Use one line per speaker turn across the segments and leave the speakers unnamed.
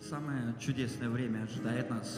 Самое чудесное время ожидает нас.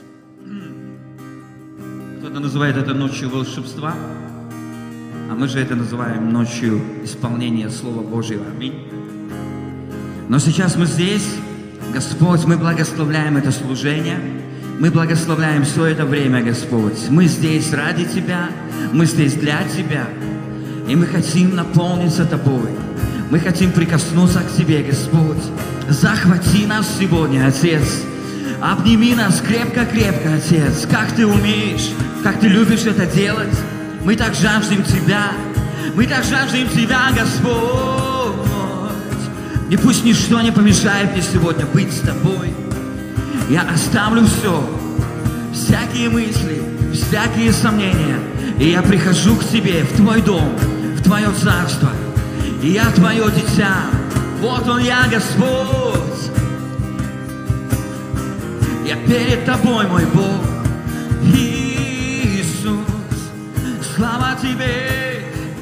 Кто-то называет это ночью волшебства, а мы же это называем ночью исполнения Слова Божьего. Аминь. Но сейчас мы здесь, Господь, мы благословляем это служение, мы благословляем все это время, Господь. Мы здесь ради Тебя, мы здесь для Тебя, и мы хотим наполниться Тобой. Мы хотим прикоснуться к Тебе, Господь. Захвати нас сегодня, Отец. Обними нас крепко-крепко, Отец. Как Ты умеешь, как Ты любишь это делать. Мы так жаждем Тебя. Мы так жаждем Тебя, Господь. И пусть ничто не помешает мне сегодня быть с Тобой. Я оставлю все, всякие мысли, всякие сомнения. И я прихожу к Тебе, в Твой дом, в Твое царство. И я Твое дитя. Вот Он я, Господь. Я перед Тобой, мой Бог. Иисус, слава Тебе,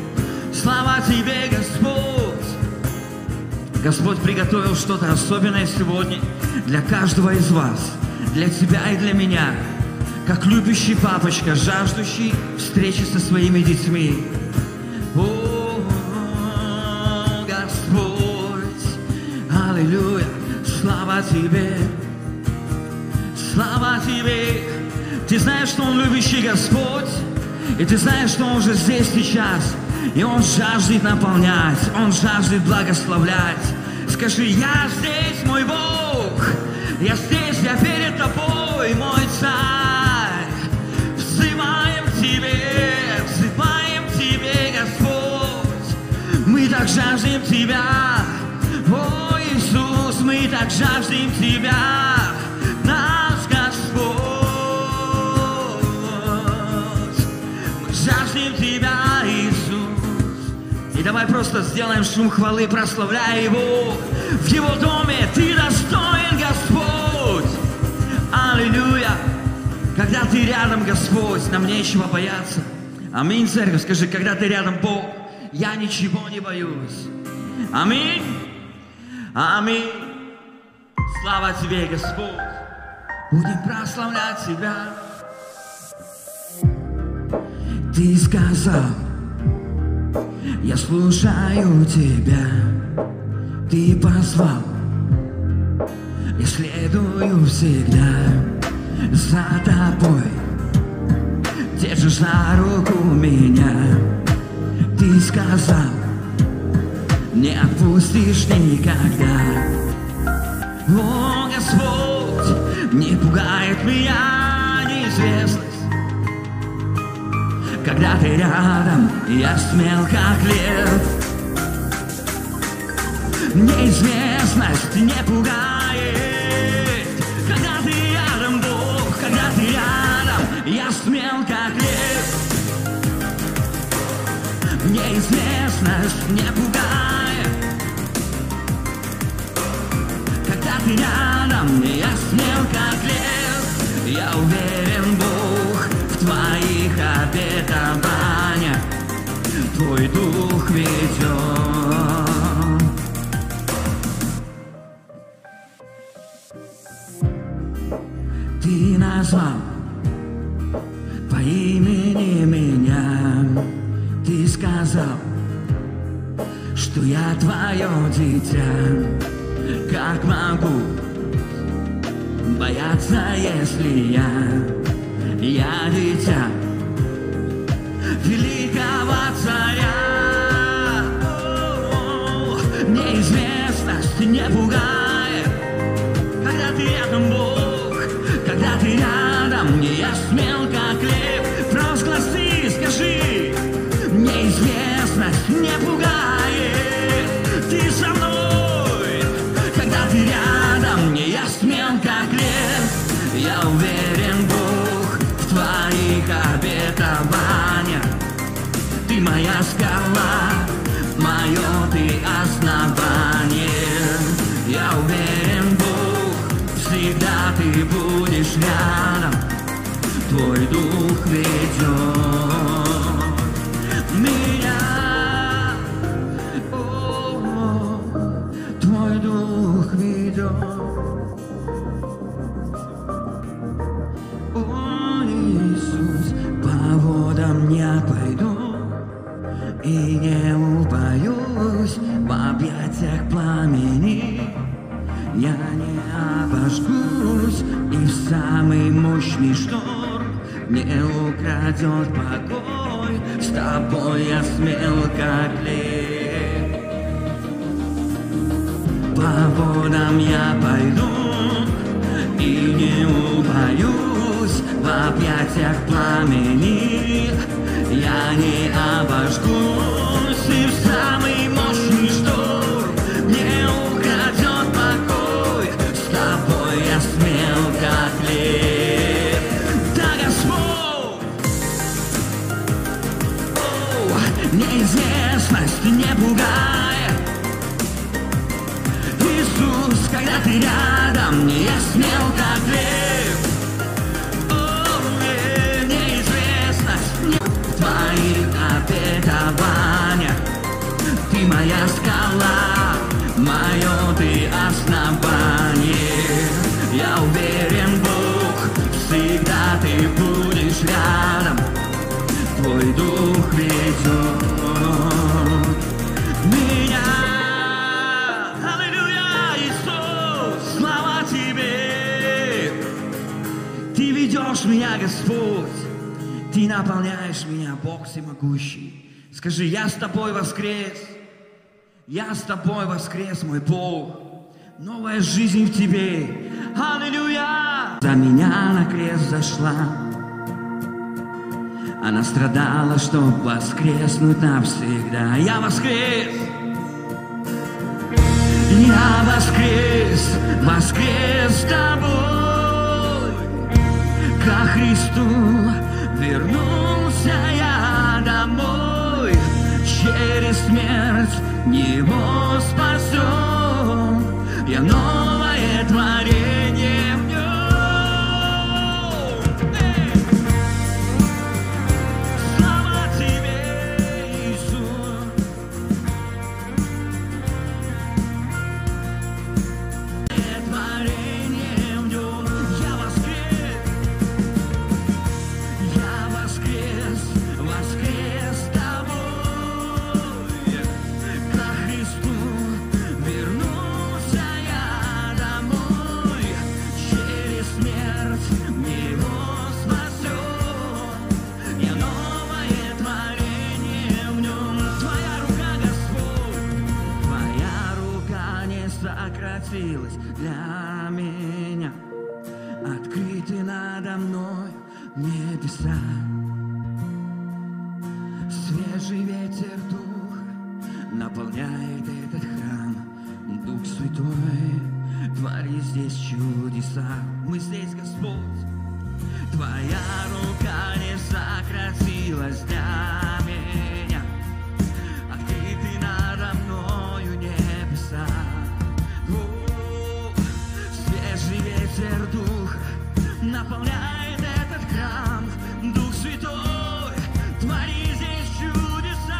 Господь. Господь приготовил что-то особенное сегодня для каждого из вас, для тебя и для меня, как любящий папочка, жаждущий встречи со своими детьми. О, Господь, аллилуйя, слава Тебе, слава Тебе. Ты знаешь, что Он любящий Господь, и Ты знаешь, что Он уже здесь сейчас, и Он жаждет наполнять, Он жаждет благословлять. Скажи: я здесь, мой Бог, я здесь, я перед Тобой, мой Царь. Взываем к Тебе, Господь. Мы так жаждем Тебя, о Иисус, мы так жаждем Тебя, наш Господь. Мы жаждем Тебя, Иисус. И давай просто сделаем шум хвалы, прославляя Его. В Его доме Ты достоин, Господь. Аллилуйя. Когда Ты рядом, Господь, нам нечего бояться. Аминь, церковь. Скажи: когда Ты рядом, Бог, я ничего не боюсь. Аминь. Аминь. Слава Тебе, Господь. Будем прославлять Тебя. Ты сказал: я слушаю Тебя. Ты позвал, я следую всегда за Тобой. Держишь за руку меня. Ты сказал: не отпустишь никогда. О, Господь, не пугает меня неизвестность. Когда Ты рядом, я смел как лев. Неизвестность не пугает. Когда Ты рядом, Бог, когда Ты рядом, я смел как лев. Неизвестность не пугает. Когда Ты рядом, я смел как лев. Я уверен, Бог, в Твоих обетованиях. Твой Дух ведет. Ты назвал по имени меня. Ты сказал, что я Твое дитя. Как могу бояться, если я дитя великого царя? Неизвестность не пугает. Когда Ты рядом, Бог, когда Ты рядом, я смел как лев. Провозгласи, скажи: неизвестность не пугает. Ты со мной, когда Ты рядом, я смел как лев. Я уверен, Бог, в Твоих обетованиях. Ты моя скала, мое Ты основание. Я уверен, Бог, всегда Ты будешь рядом. Твой Дух ведет меня. Твой Дух ведет. шторм не украдет покой. С тобой я смел, как лев. По водам я пойду и не убоюсь. В объятиях пламени я не обожгусь. И в самый мощный шторм не украдет покой. С тобой я смел, как лев. Да, Господь! Неизвестность не пугает. Иисус, когда ты рядом, я смел, как лев. Неизвестность не в твоих обетованиях. Ты моя скала, мое ты основание. Я уверен, Бог, всегда ты будешь рядом. Твой дух ведет меня. Аллилуйя, Иисус, слава тебе. Ты ведешь меня, Господь. Ты наполняешь меня, Бог всемогущий. Скажи, я с тобой воскрес. Я с тобой воскрес, мой Бог. Новая жизнь в тебе. Аллилуйя. За меня на крест зашла. Она страдала, чтоб воскреснуть навсегда. Я воскрес. Я воскрес, воскрес с тобой. Ко Христу вернулся я домой. Через смерть Него спасен. Я новое творение в Нем. Слава тебе, Иисус. Творение в Нем. Я воскрес. Я воскрес, воскрес с тобой. Ко Христу вернулся я домой. Через смерть Него спасен. Я новое творение в Нем. Твоя рука, Господь, Твоя рука не сократилась для меня. Открыты надо мной небеса. Свежий ветер дух наполняет этот храм. Дух Святой, твори здесь чудеса. Мы здесь, Господь. Твоя рука не сократилась для меня. Открыты надо мною небеса. О, свежий ветер духа наполняет этот храм. Дух Святой, твори здесь чудеса.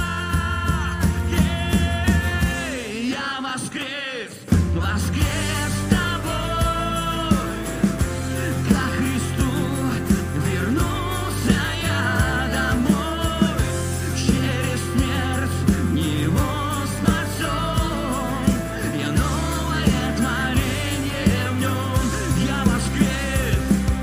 Я воскрес, воскрес с тобой. Ко Христу вернулся я домой. Через смерть Него спасен. Я новое творение в Нем. Я воскрес,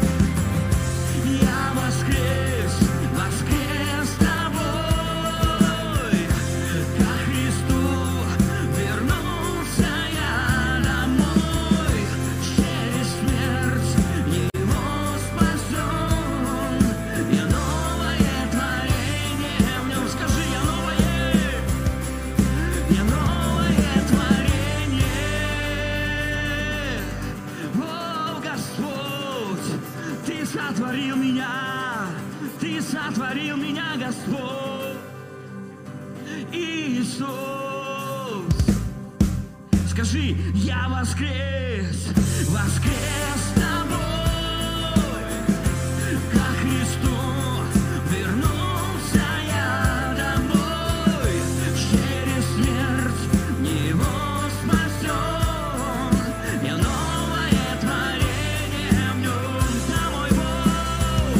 воскрес с тобой. Ко Христу вернулся я домой. Через смерть Его спасен. Я новое творение в Нем. Скажи, я новое творение. О, Господь, Ты сотворил меня, Господь, Иисус. Скажи, я воскрес, воскрес с тобой. Ко Христу вернулся я домой. Через смерть Него спасен. Я новое творение в Нем. Да, мой Бог.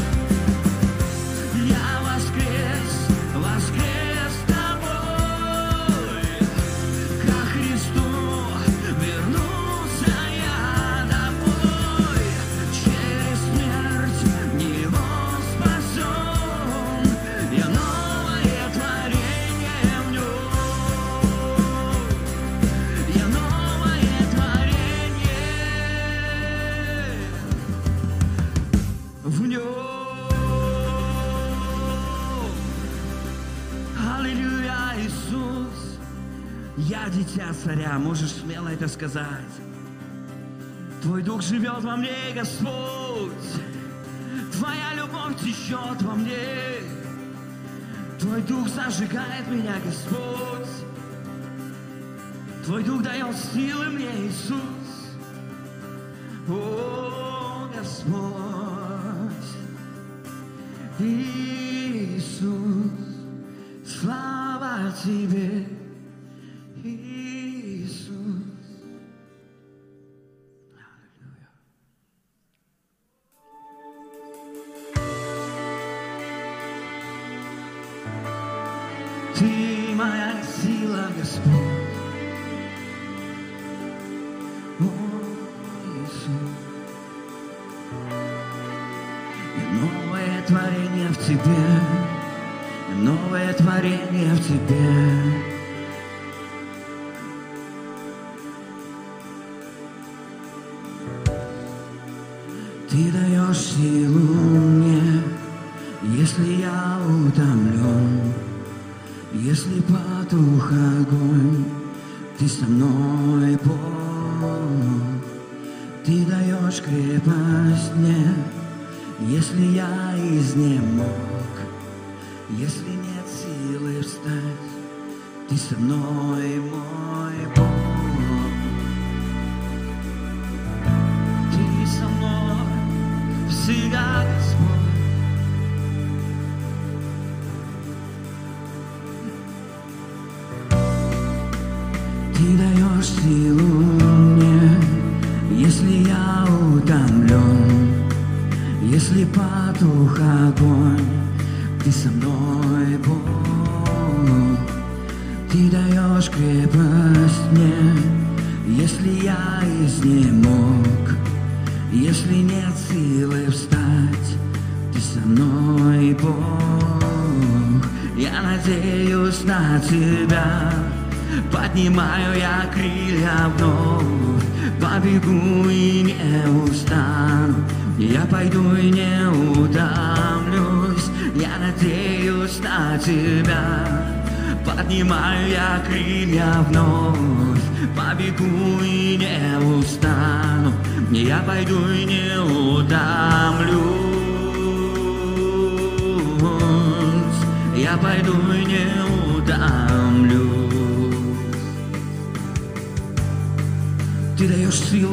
Я воскрес, воскрес с тобой. Ко Христу вернулся я домой. я дитя царя, можешь смело это сказать. Твой дух живет во мне, Господь. Твоя любовь течет во мне. Твой дух зажигает меня, Господь. Твой дух дает силы мне, Иисус. О, Господь, Иисус, слава Тебе, Иисус. Аллилуйя. Ты моя сила, Господь. О, Иисус, новое творение в Тебе, новое творение в Тебе. Ты даешь силу мне, если я утомлен, если потух огонь, Ты со мной, Бог. Ты даешь крепость мне, если я изнемог, если нет силы встать, Ты со мной, мой Бог. Ты со мной всегда, Господь. Ты даешь силу мне, если я утомлен, если потух огонь, Ты со мной, Бог. Ты даешь крепость мне, если я изнемог, если нет силы встать, Ты со мной, Бог. Я надеюсь на Тебя, поднимаю я крылья вновь, побегу и не устану, я пойду и не утомлюсь. Я надеюсь на Тебя, поднимаю я крылья вновь, побегу и не устану, я пойду и не утомлюсь. Я пойду и не утомлюсь. Ты даешь силу,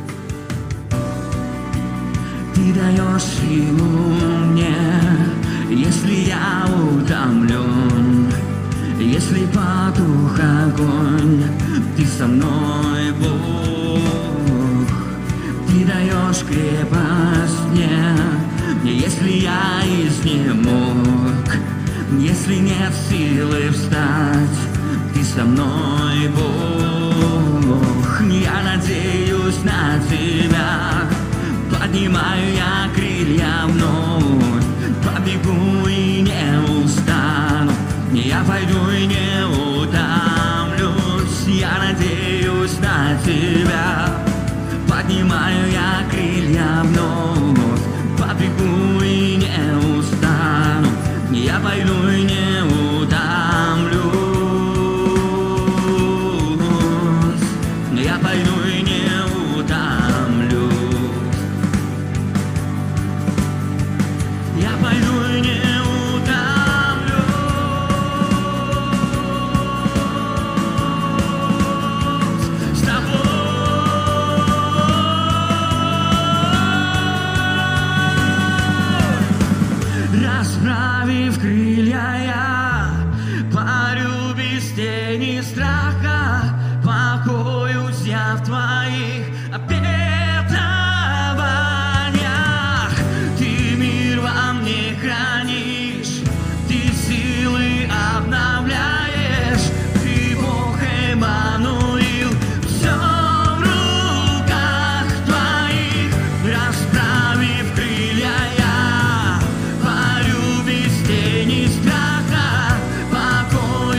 Ты даешь силу мне, если я утомлен, если потух огонь, Ты со мной, Бог. Ты даешь крепость мне, если я изнемог, если нет силы встать, Ты со мной, Бог. Я надеюсь на Тебя, поднимаю я крылья вновь, побегу и не устану, я пойду и не утомлюсь. Я надеюсь на Тебя, поднимаю я крылья вновь, побегу и не устану, я пойду и не утомлюсь. Я пойду и не утомлюсь. Я пойду и не утомлюсь. С тобой. Расправив крылья, я парю без тени страха, покоюсь я в Твоих обетованиях. Ты мир во мне хранишь, Ты силы обновляешь, Ты Бог Эммануил, все в руках Твоих. Расправив крылья, я парю без тени страха, покоюсь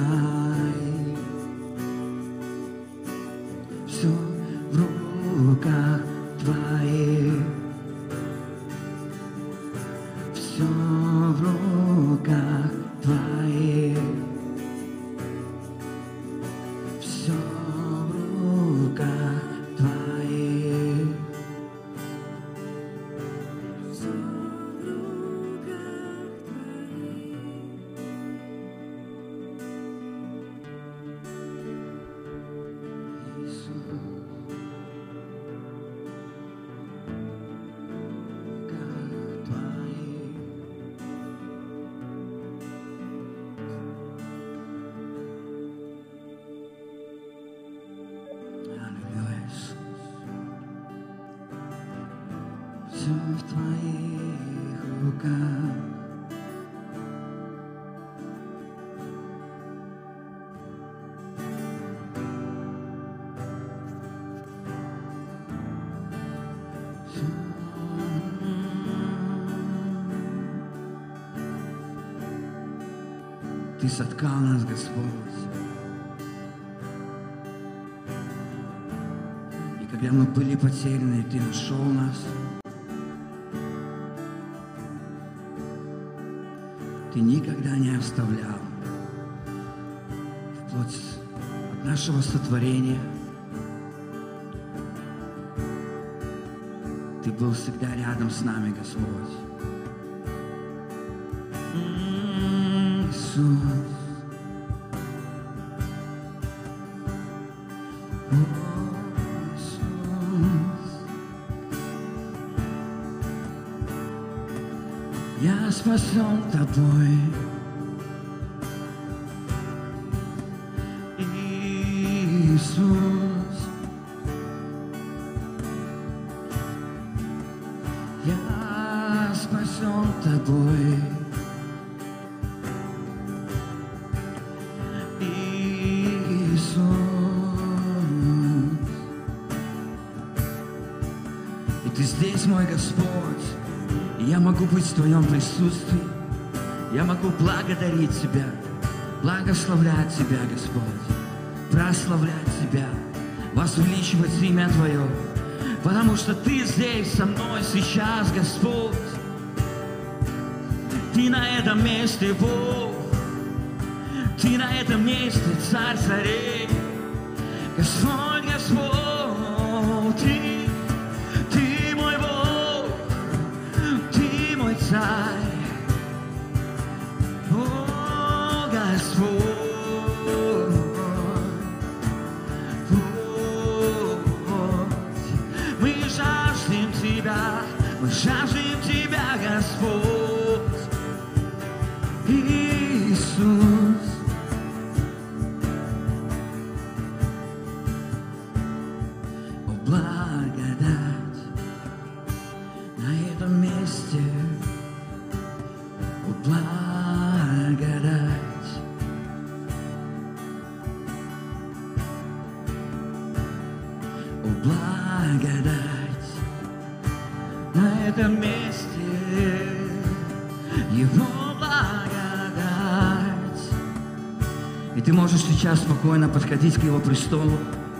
Твоих. Все в руках Твоих. Все в руках Твоих. Все в руках Твоих. Все в руках Твоих. Иисус. Все в Твоих руках. Ты соткал нас, Господь. И когда мы были потеряны, Ты нашел нас. Ты никогда не оставлял. Вплоть от нашего сотворения Ты был всегда рядом с нами, Господь. Иисус. О, Иисус. Я спасен Тобой. Иисус. Я спасен Тобой. Ты здесь, мой Господь, и я могу быть в Твоем присутствии. Я могу благодарить Тебя, благословлять Тебя, Господь, прославлять Тебя, возвеличивать имя Твое, потому что Ты здесь со мной сейчас, Господь. Ты на этом месте Бог, Ты на этом месте Царь царей, Господь, Господь, Ты мой Бог, Ты мой Царь, о, Господь, мы жаждем Тебя, Господь, Иисус. О, благодать на этом месте, о, благодать. О, благодать на этом месте, Его благодать. И ты можешь сейчас спокойно подходить к Его престолу,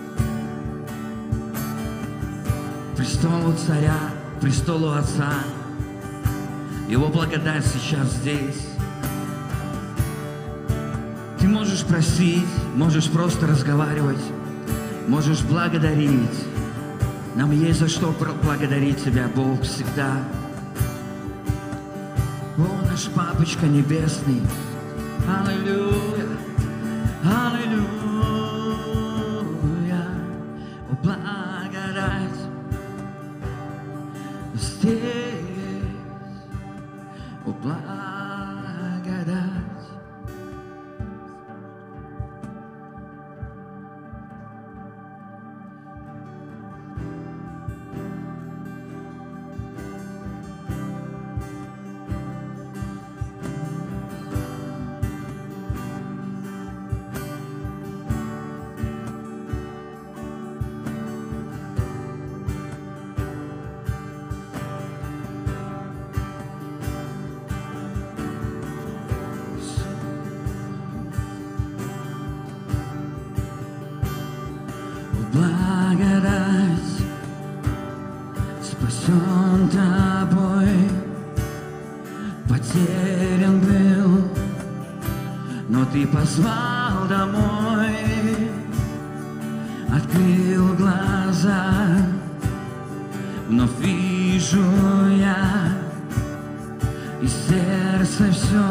престолу Царя, престолу Отца. Его благодать сейчас здесь. Ты можешь просить, можешь просто разговаривать, можешь благодарить. Нам есть за что благодарить Тебя, Бог, всегда. О, наш Папочка Небесный, аллилуйя, аллилуйя. О, благодать здесь, о, благодать. потерян был, но Ты позвал домой, открыл глаза, вновь вижу я, и сердце все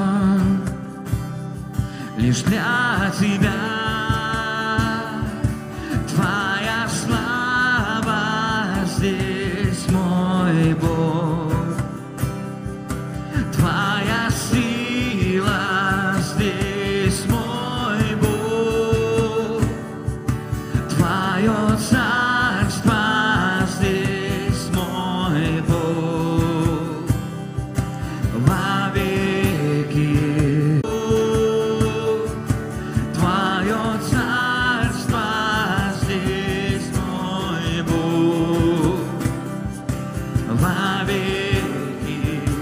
лишь для Тебя. Твоя слава здесь, мой Бог, Твоя сила здесь, мой Бог, Твое царство здесь, мой Бог, вовеки. Твое царство здесь, мой Бог, вовеки,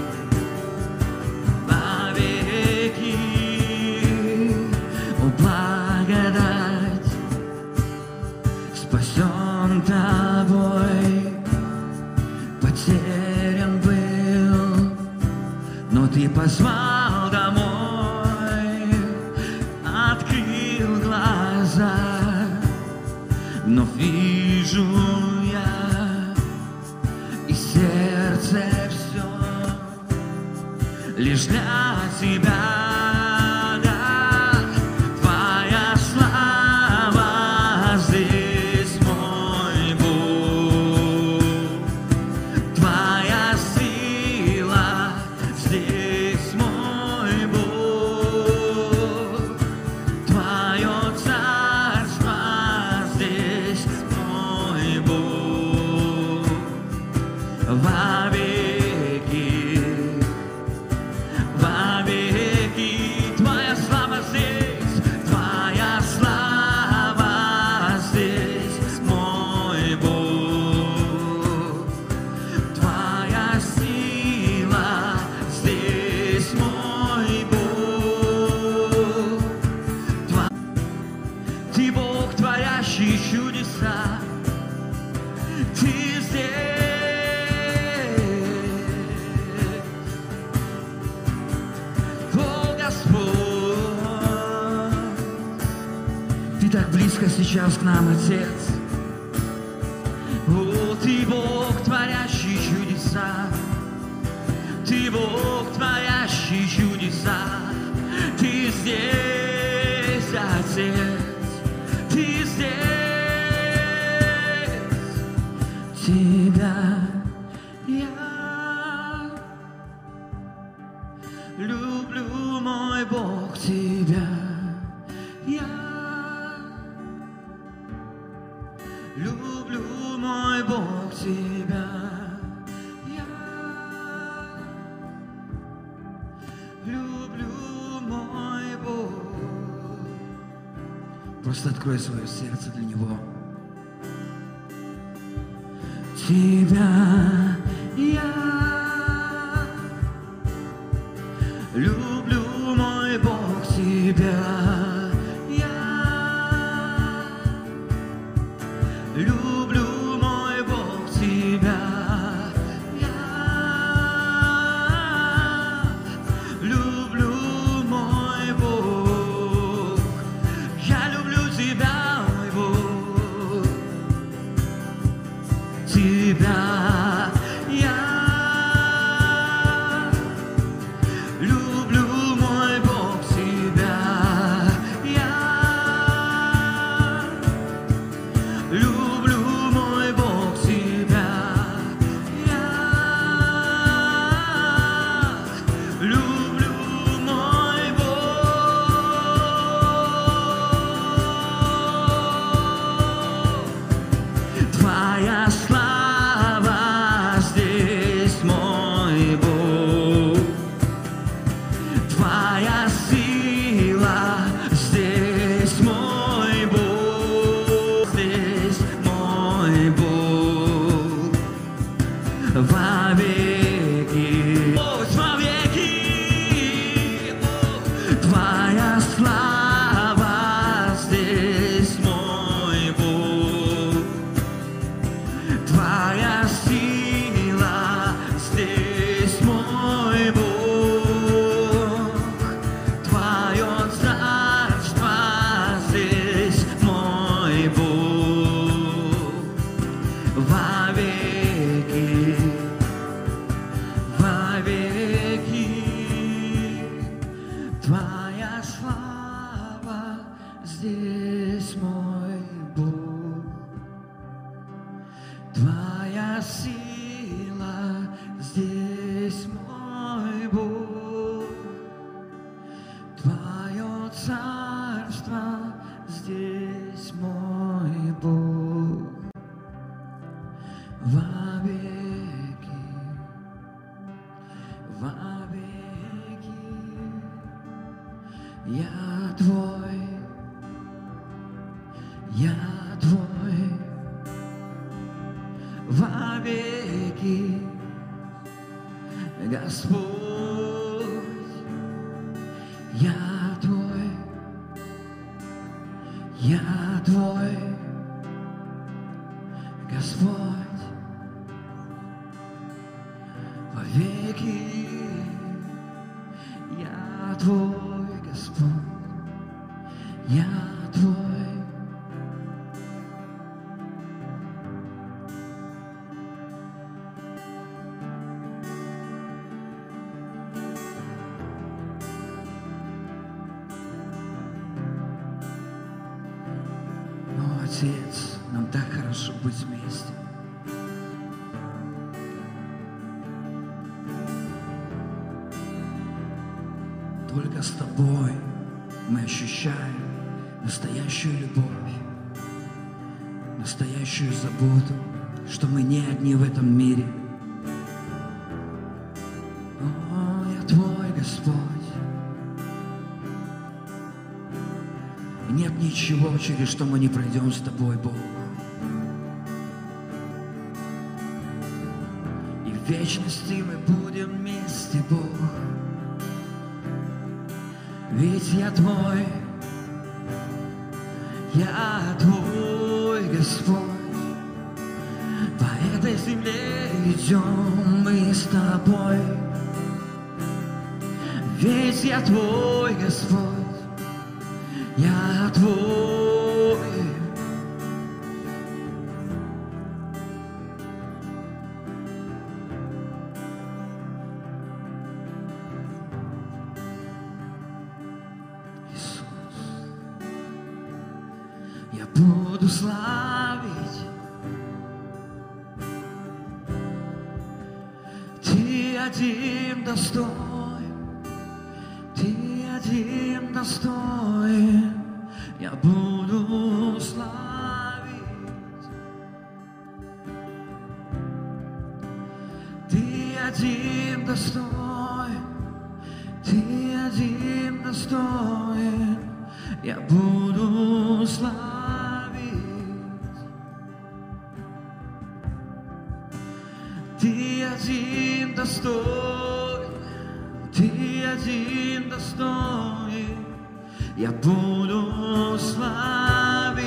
вовеки. О, благодать, спасен Тобой, потерян был, но Ты позвал домой, открыл глаза, но вижу я, и сердце все лишь для Тебя. Да, Твоя слава здесь, мой Бог, Твоя сила здесь, мой Бог, Твое царство здесь, мой Бог, вовеки, вовеки. Твоя слава здесь, Твоя слава здесь, мой Бог, Твоя сила здесь, мой Бог. Ты Бог, творящий чудеса, Ты здесь, о Господь. Ты так близко сейчас к нам, Отец. О, Ты Бог, творящий чудеса, Ты Бог, творящий чудеса, Ты здесь, Отец, Ты здесь. Тебя я люблю, мой Бог, Тебя я люблю, мой Бог, Тебя я люблю, мой Бог. Просто открой свое сердце для Него. Тебя я люблю, мой Бог, Тебя я люблю, мой Бог, Тебя я люблю, мой Бог, я люблю Тебя, мой Бог, Тебя я люблю, мой Бог, Тебя здесь мой Бог, Твоя сила здесь мой Бог, Твое царство здесь мой Бог, вовеки, вовеки. Я Твой, вовеки, Господь, я Твой, Господь, вовеки, я Твой, Господь, я Твой. Отец, нам так хорошо быть вместе. Только с Тобой мы ощущаем настоящую любовь, настоящую заботу, что мы не одни в этом мире. О, я Твой, Господь. Нет ничего, через что мы не пройдем с Тобой, Бог. И в вечности мы будем вместе, Бог. Ведь я Твой, Господь. По этой земле идем мы с Тобой. Ведь я Твой, Господь. Я Твой. Иисус, я буду славить. Ты один достоин, Ты один достоин. Я буду славить. Ты один достоин, Ты один достоин. Я буду славить. Ты один достоин, Ты один достоин. Я буду славить.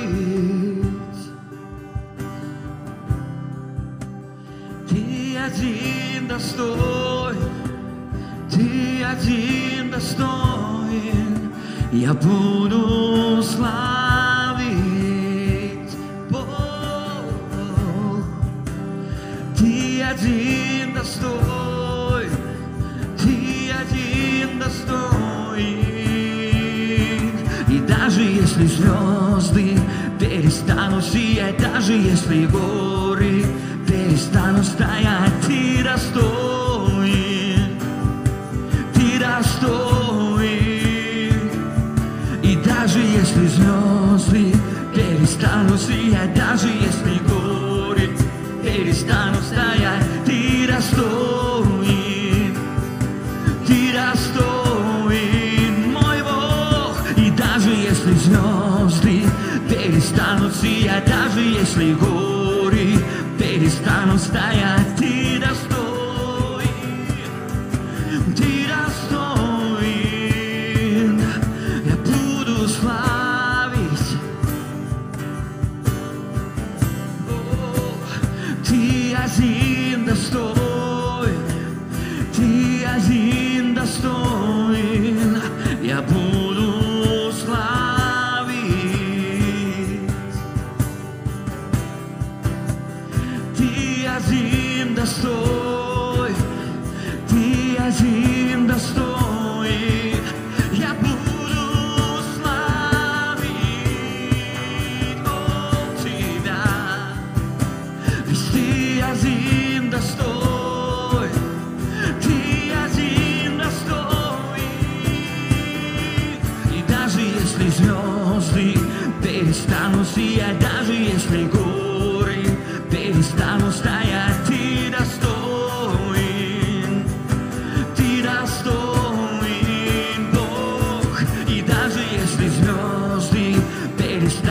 Ты один достоин, Ты один достоин. Я буду славить. Бог, Ты один достоин, Ты один достоин. И даже если звезды перестанут сиять, даже если горы перестанут стоять, Ты достоин, Ты достоин. И даже если звезды перестанут сиять, даже если горы перестанут стоять, Ты достоин, Ты достоин, мой Бог. И даже если звезды перестанут сиять, даже если горы перестанут стоять, Ты достоин, Ты достоин. Я буду славить. О, Ты один достоин, Ты один достоин. Я буду славить. Ты один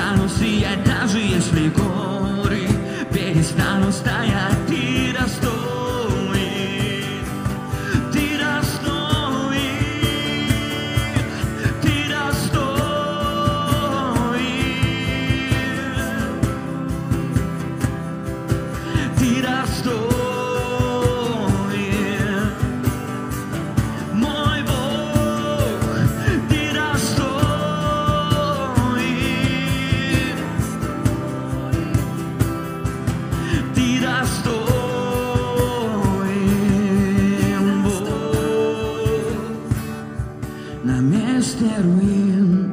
перестанут сиять, даже если горы перестанут стоять. Ты достоин, ты достоин, ты достоин, ты достоин. Мой Бог, ты достоин, ты достоин, Бог. На месте руин,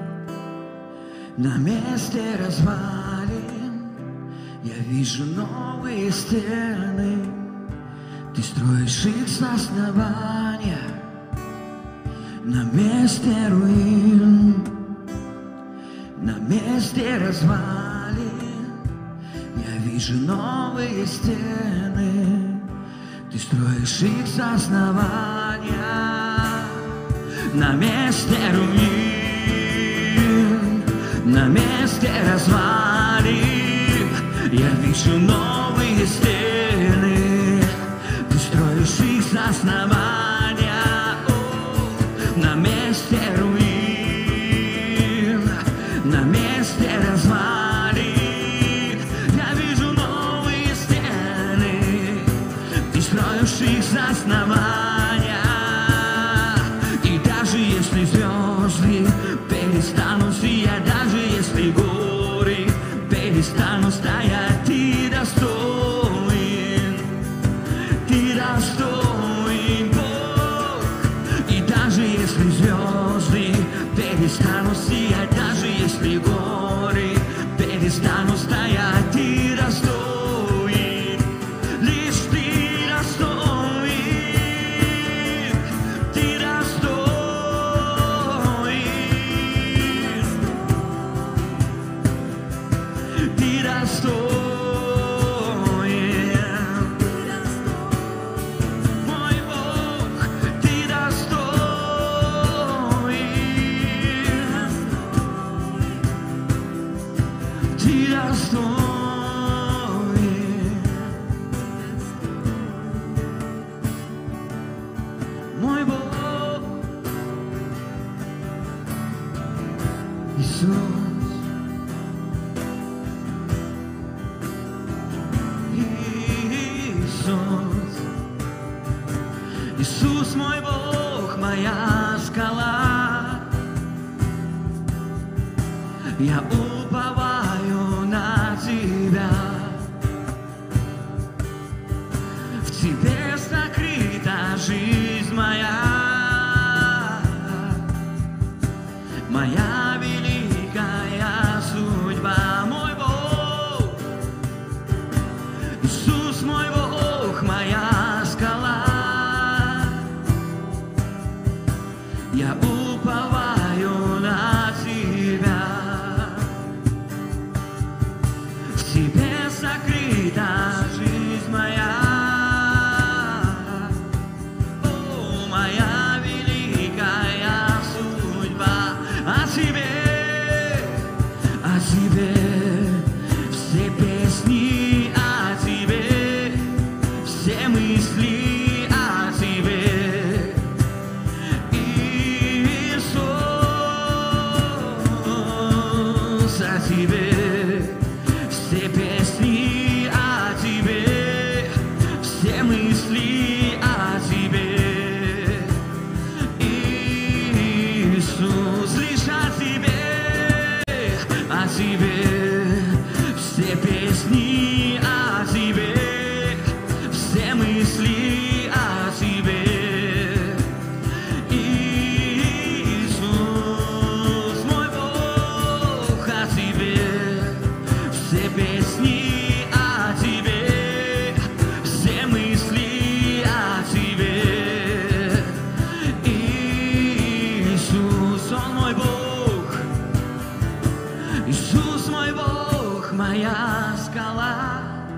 на месте развалин я вижу новые стены. Ты строишь их с основания. На месте руин, на месте развалин я вижу новые стены. Ты строишь их с основания. На месте руин, на месте развалин я вижу новые стены. Ты строишь их с основания. На месте руин, на месте развалин я вижу новые стены. Ты строишь их с основания. И даже если звезды перестанут сиять, даже если горы перестанут стоять, ты достоин, ты достоин, Бог. И даже если звезды перестанут сиять, даже если горы перестанут стоять, ты достоин, лишь ты достоин, ты достоин, ты достоин. Мой Бог, ты достоин, ты достоин. Мой Бог, Иисус. Иисус, Иисус, мой Бог, моя скала. Я уповаю на Тебя. В Тебе сокрыта жизнь моя, моя великая судьба. Мой Бог, Иисус, мой Бог, моя скала. Я уповаю на Тебя. В Тебе сокрыта жизнь моя, о, моя великая судьба. О Тебе все песни, о Тебе все мысли, о Тебе, Иисус, о Тебе все песни, о Тебе все мысли, о Тебе, Иисус, лишь о Тебе, о Тебе все песни, о Тебе все мысли, о Тебе, Иисус, мой Бог, о Тебе все песни, о Тебе все мысли, о Тебе, Иисус, Он мой Бог, Иисус, мой Бог, моя скала.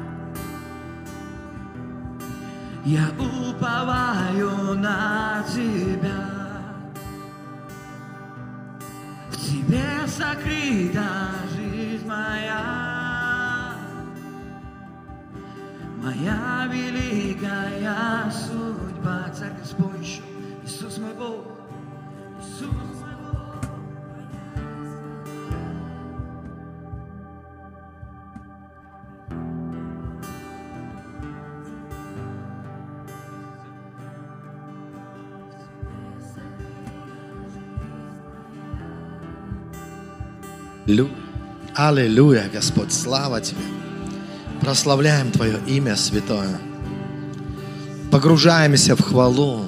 Я уповаю на Тебя. В Тебе сокрыта жизнь. моя великая судьба. Царь Господь, Иисус мой Бог, Иисус мой Бог.
Аллилуйя, Господь, слава Тебе. Прославляем Твое имя святое. Погружаемся в хвалу,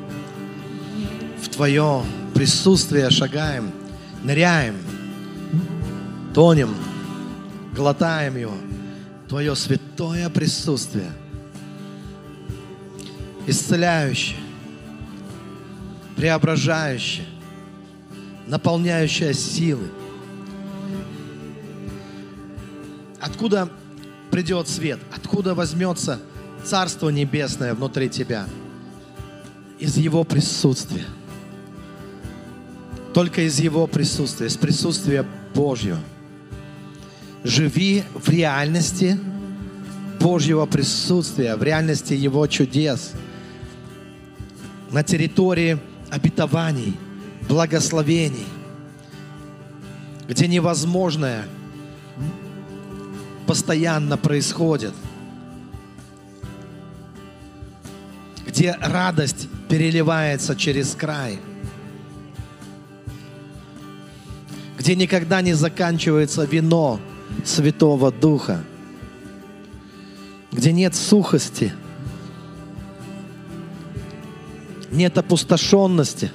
в Твое присутствие шагаем, ныряем, тонем, глотаем его. Твое святое присутствие, исцеляющее, преображающее, наполняющее силы. Откуда придет свет? Откуда возьмется Царство Небесное внутри тебя? Из Его присутствия. Только из Его присутствия, из присутствия Божьего. Живи в реальности Божьего присутствия, в реальности Его чудес. На территории обетований, благословений, где невозможное постоянно происходит, где радость переливается через край, где никогда не заканчивается вино Святого Духа, где нет сухости, нет опустошенности.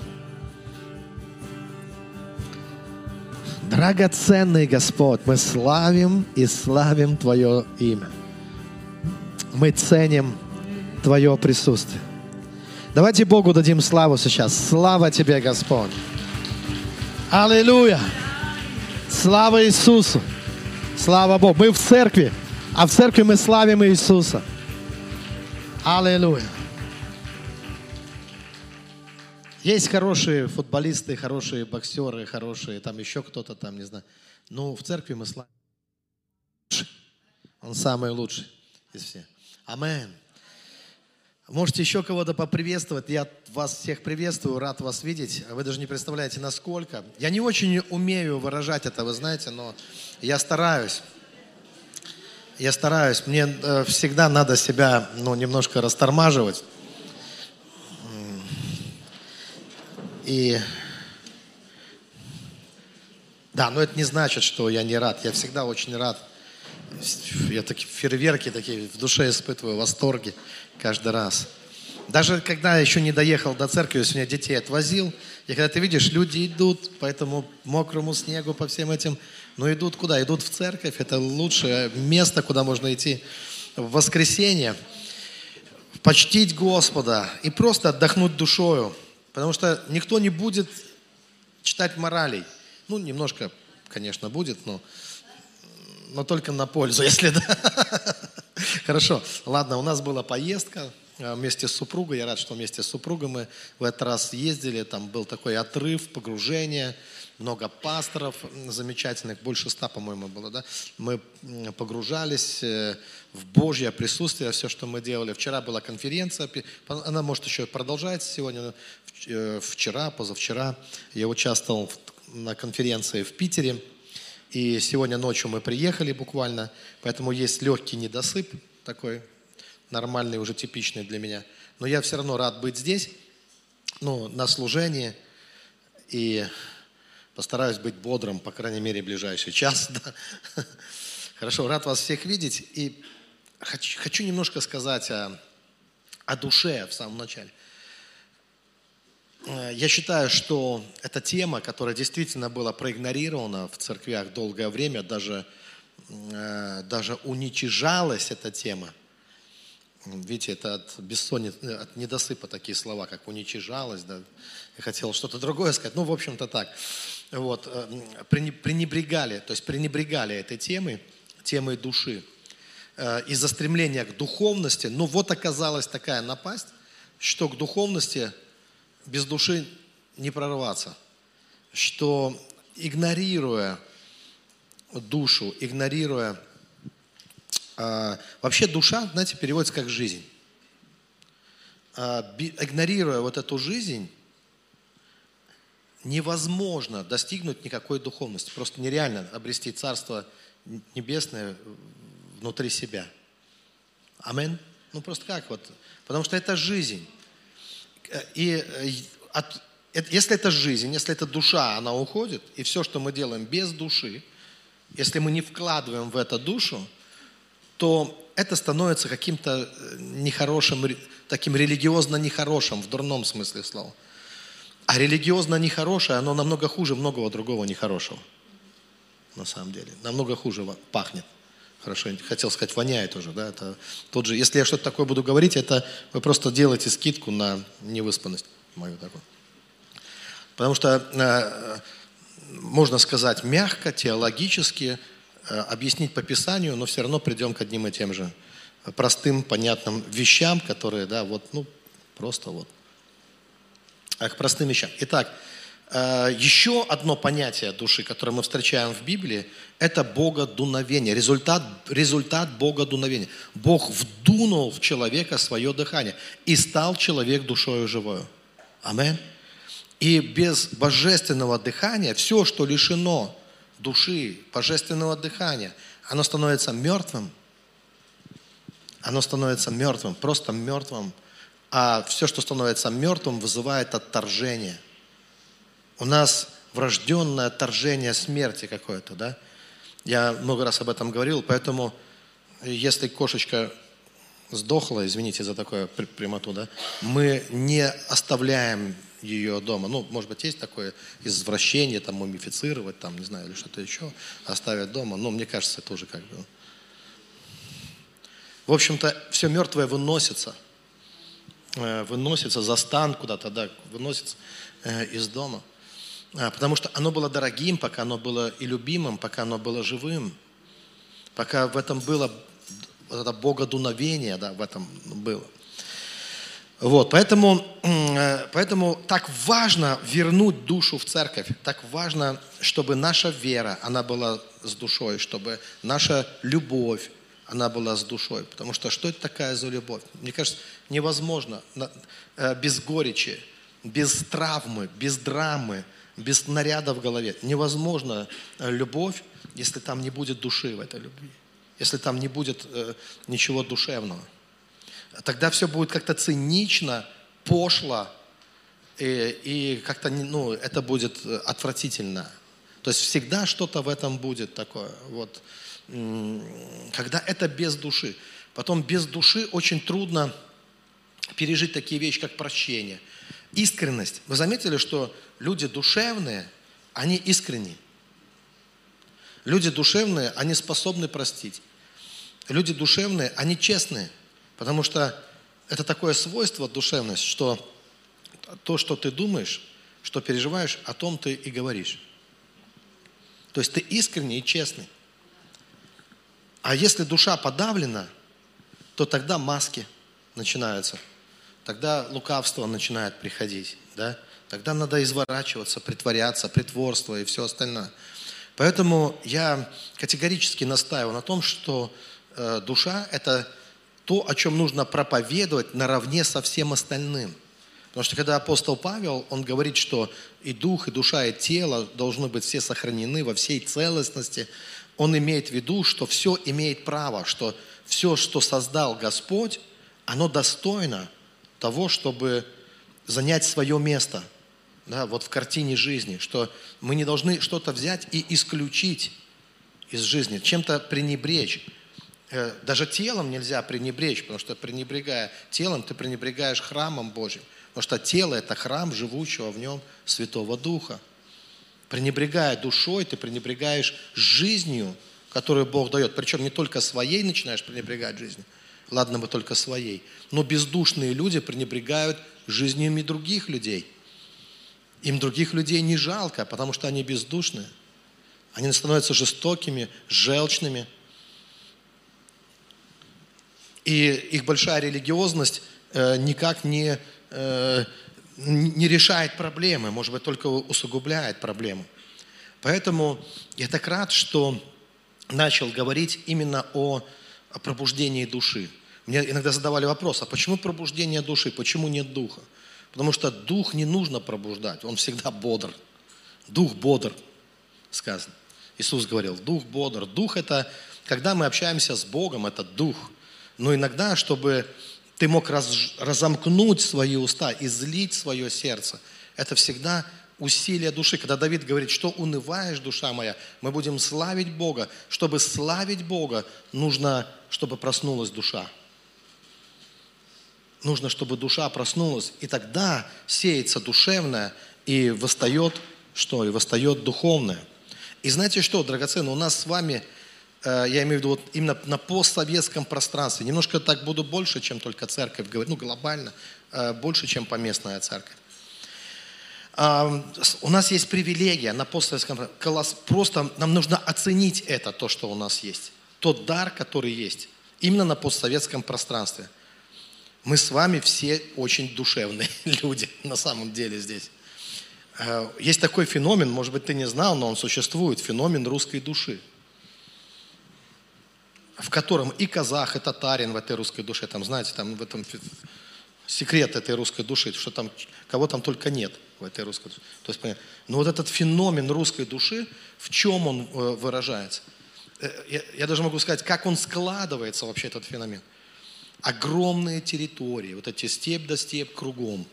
Драгоценный Господь, мы славим и славим Твое имя. Мы ценим Твое присутствие. Давайте Богу дадим славу сейчас. Слава Тебе, Господь. Аллилуйя. Слава Иисусу. Слава Богу. Мы в церкви, а в церкви мы славим Иисуса. Аллилуйя. Есть хорошие футболисты, хорошие боксеры, хорошие, там еще кто-то там, не знаю. Но в церкви мы славим. Он самый лучший из всех. Аминь. Можете еще кого-то поприветствовать. Я вас всех приветствую, рад вас видеть. Вы даже не представляете, насколько. Я не очень умею выражать это, вы знаете, но я стараюсь. Я стараюсь. Мне всегда надо себя немножко растормаживать. И да, но это не значит, что я не рад. Я всегда очень рад. Я такие фейерверки такие в душе испытываю, восторги каждый раз. Даже когда я еще не доехал до церкви, я сегодня детей отвозил, и когда ты видишь, люди идут по этому мокрому снегу, по всем этим, но идут куда? Идут в церковь. Это лучшее место, куда можно идти в воскресенье, почтить Господа и просто отдохнуть душою. Потому что никто не будет читать моралей. Немножко, конечно, будет, но только на пользу, если да. Хорошо. Ладно, у нас была поездка вместе с супругой. Я рад, что вместе с супругой мы в этот раз ездили. Там был такой отрыв, погружение. Много пасторов замечательных. Больше 100, по-моему, было, да? Мы погружались в Божье присутствие, все, что мы делали. Вчера была конференция. Она, может, еще продолжается сегодня. Вчера, позавчера я участвовал на конференции в Питере. И сегодня ночью мы приехали буквально. Поэтому есть легкий недосып, такой нормальный, уже типичный для меня. Но я все равно рад быть здесь, на служении. И постараюсь быть бодрым, по крайней мере, в ближайший час. Да. Хорошо, рад вас всех видеть. И хочу немножко сказать о душе в самом начале. Я считаю, что эта тема, которая действительно была проигнорирована в церквях долгое время, даже уничижалась эта тема. Видите, это от бессонницы, от недосыпа такие слова, как уничижалась. Да. Я хотел что-то другое сказать. В общем-то так. Вот, пренебрегали этой темой души. Из-за стремления к духовности, оказалась такая напасть, что к духовности без души не прорваться. Что игнорируя душу, игнорируя Вообще душа, знаете, переводится как жизнь. Игнорируя вот эту жизнь, невозможно достигнуть никакой духовности. Просто нереально обрести Царство Небесное внутри себя. Амин. Ну просто как вот? Потому что это жизнь. И если это жизнь, если это душа, она уходит, и все, что мы делаем без души, если мы не вкладываем в это душу, то это становится каким-то нехорошим, таким религиозно нехорошим, в дурном смысле слова. А религиозно нехорошее, оно намного хуже многого другого нехорошего. На самом деле. Намного хуже пахнет. Хорошо, хотел сказать, воняет уже. Да? Это тот же, если я что-то такое буду говорить, это вы просто делаете скидку на невыспанность мою такую. Потому что можно сказать мягко, теологически, объяснить по Писанию, но все равно придем к одним и тем же простым, понятным вещам, которые, да, вот, ну, просто вот. К простым вещам. Итак, еще одно понятие души, которое мы встречаем в Библии, это богодуновение, результат богодуновения. Бог вдунул в человека свое дыхание, и стал человек душою живою. Амин. И без божественного дыхания, все, что лишено души, божественного дыхания, оно становится мертвым. Оно становится мертвым, просто мертвым. А все, что становится мертвым, вызывает отторжение. У нас врожденное отторжение смерти какое-то, да? Я много раз об этом говорил, поэтому если кошечка сдохла, извините за такую прямоту, да, мы не оставляем ее дома. Ну, может быть, есть такое извращение, там, мумифицировать, там, не знаю, или что-то еще, оставить дома. Но мне кажется, это уже как бы... В общем-то, все мертвое выносится за стан куда-то, да, выносится из дома. Потому что оно было дорогим, пока оно было и любимым, пока оно было живым, пока в этом было вот это богодуновение, да, в этом было. Вот, поэтому так важно вернуть душу в церковь, так важно, чтобы наша вера, она была с душой, чтобы наша любовь, она была с душой. Потому что это такая за любовь? Мне кажется, невозможно без горечи, без травмы, без драмы, без снаряда в голове. Невозможно любовь, если там не будет души в этой любви. Если там не будет ничего душевного. Тогда все будет как-то цинично, пошло, и как-то, ну, это будет отвратительно. То есть всегда что-то в этом будет такое. Вот. Когда это без души. Потом без души очень трудно пережить такие вещи, как прощение. Искренность. Вы заметили, что люди душевные, они искренни. Люди душевные, они способны простить. Люди душевные, они честные. Потому что это такое свойство, душевность, что то, что ты думаешь, что переживаешь, о том ты и говоришь. То есть ты искренний и честный. А если душа подавлена, то тогда маски начинаются. Тогда лукавство начинает приходить. Да? Тогда надо изворачиваться, притворяться, притворство и все остальное. Поэтому я категорически настаиваю на том, что душа – это то, о чем нужно проповедовать наравне со всем остальным. Потому что когда апостол Павел, он говорит, что и дух, и душа, и тело должны быть все сохранены во всей целостности, он имеет в виду, что все имеет право, что все, что создал Господь, оно достойно того, чтобы занять свое место, да, вот в картине жизни, что мы не должны что-то взять и исключить из жизни, чем-то пренебречь. Даже телом нельзя пренебречь, потому что, пренебрегая телом, ты пренебрегаешь храмом Божьим. Потому что тело – это храм живущего в нем Святого Духа. Пренебрегая душой, ты пренебрегаешь жизнью, которую Бог дает. Причем не только своей начинаешь пренебрегать жизнью. Ладно бы только своей. Но бездушные люди пренебрегают жизнями других людей. Им других людей не жалко, потому что они бездушные. Они становятся жестокими, желчными. И их большая религиозность никак не решает проблемы, может быть, только усугубляет проблему. Поэтому я так рад, что начал говорить именно о о пробуждении души. Мне иногда задавали вопрос, а почему пробуждение души, почему нет духа? Потому что дух не нужно пробуждать, он всегда бодр. Дух бодр, сказано. Иисус говорил, дух бодр. Дух это, когда мы общаемся с Богом, это дух. Но иногда, чтобы ты мог разомкнуть свои уста, излить свое сердце, это всегда усилие души. Когда Давид говорит, что унываешь, душа моя, мы будем славить Бога. Чтобы славить Бога, нужно, чтобы проснулась душа. Нужно, чтобы душа проснулась, и тогда сеется душевное, и восстает что? И восстает духовное. И знаете что, драгоценные, у нас с вами, я имею в виду вот именно на постсоветском пространстве, немножко так буду больше, чем только церковь говорит, ну глобально, больше, чем поместная церковь. У нас есть привилегия на постсоветском пространстве, просто нам нужно оценить это, то, что у нас есть. Тот дар, который есть, именно на постсоветском пространстве. Мы с вами все очень душевные люди на самом деле здесь. Есть такой феномен, может быть, ты не знал, но он существует, феномен русской души, в котором и казах, и татарин в этой русской душе, там, знаете, там в этом секрет этой русской души, что там, кого там только нет в этой русской душе. То есть, но вот этот феномен русской души, в чем он выражается? Я даже могу сказать, как он складывается вообще, этот феномен. Огромные территории, вот эти степь да степь кругом.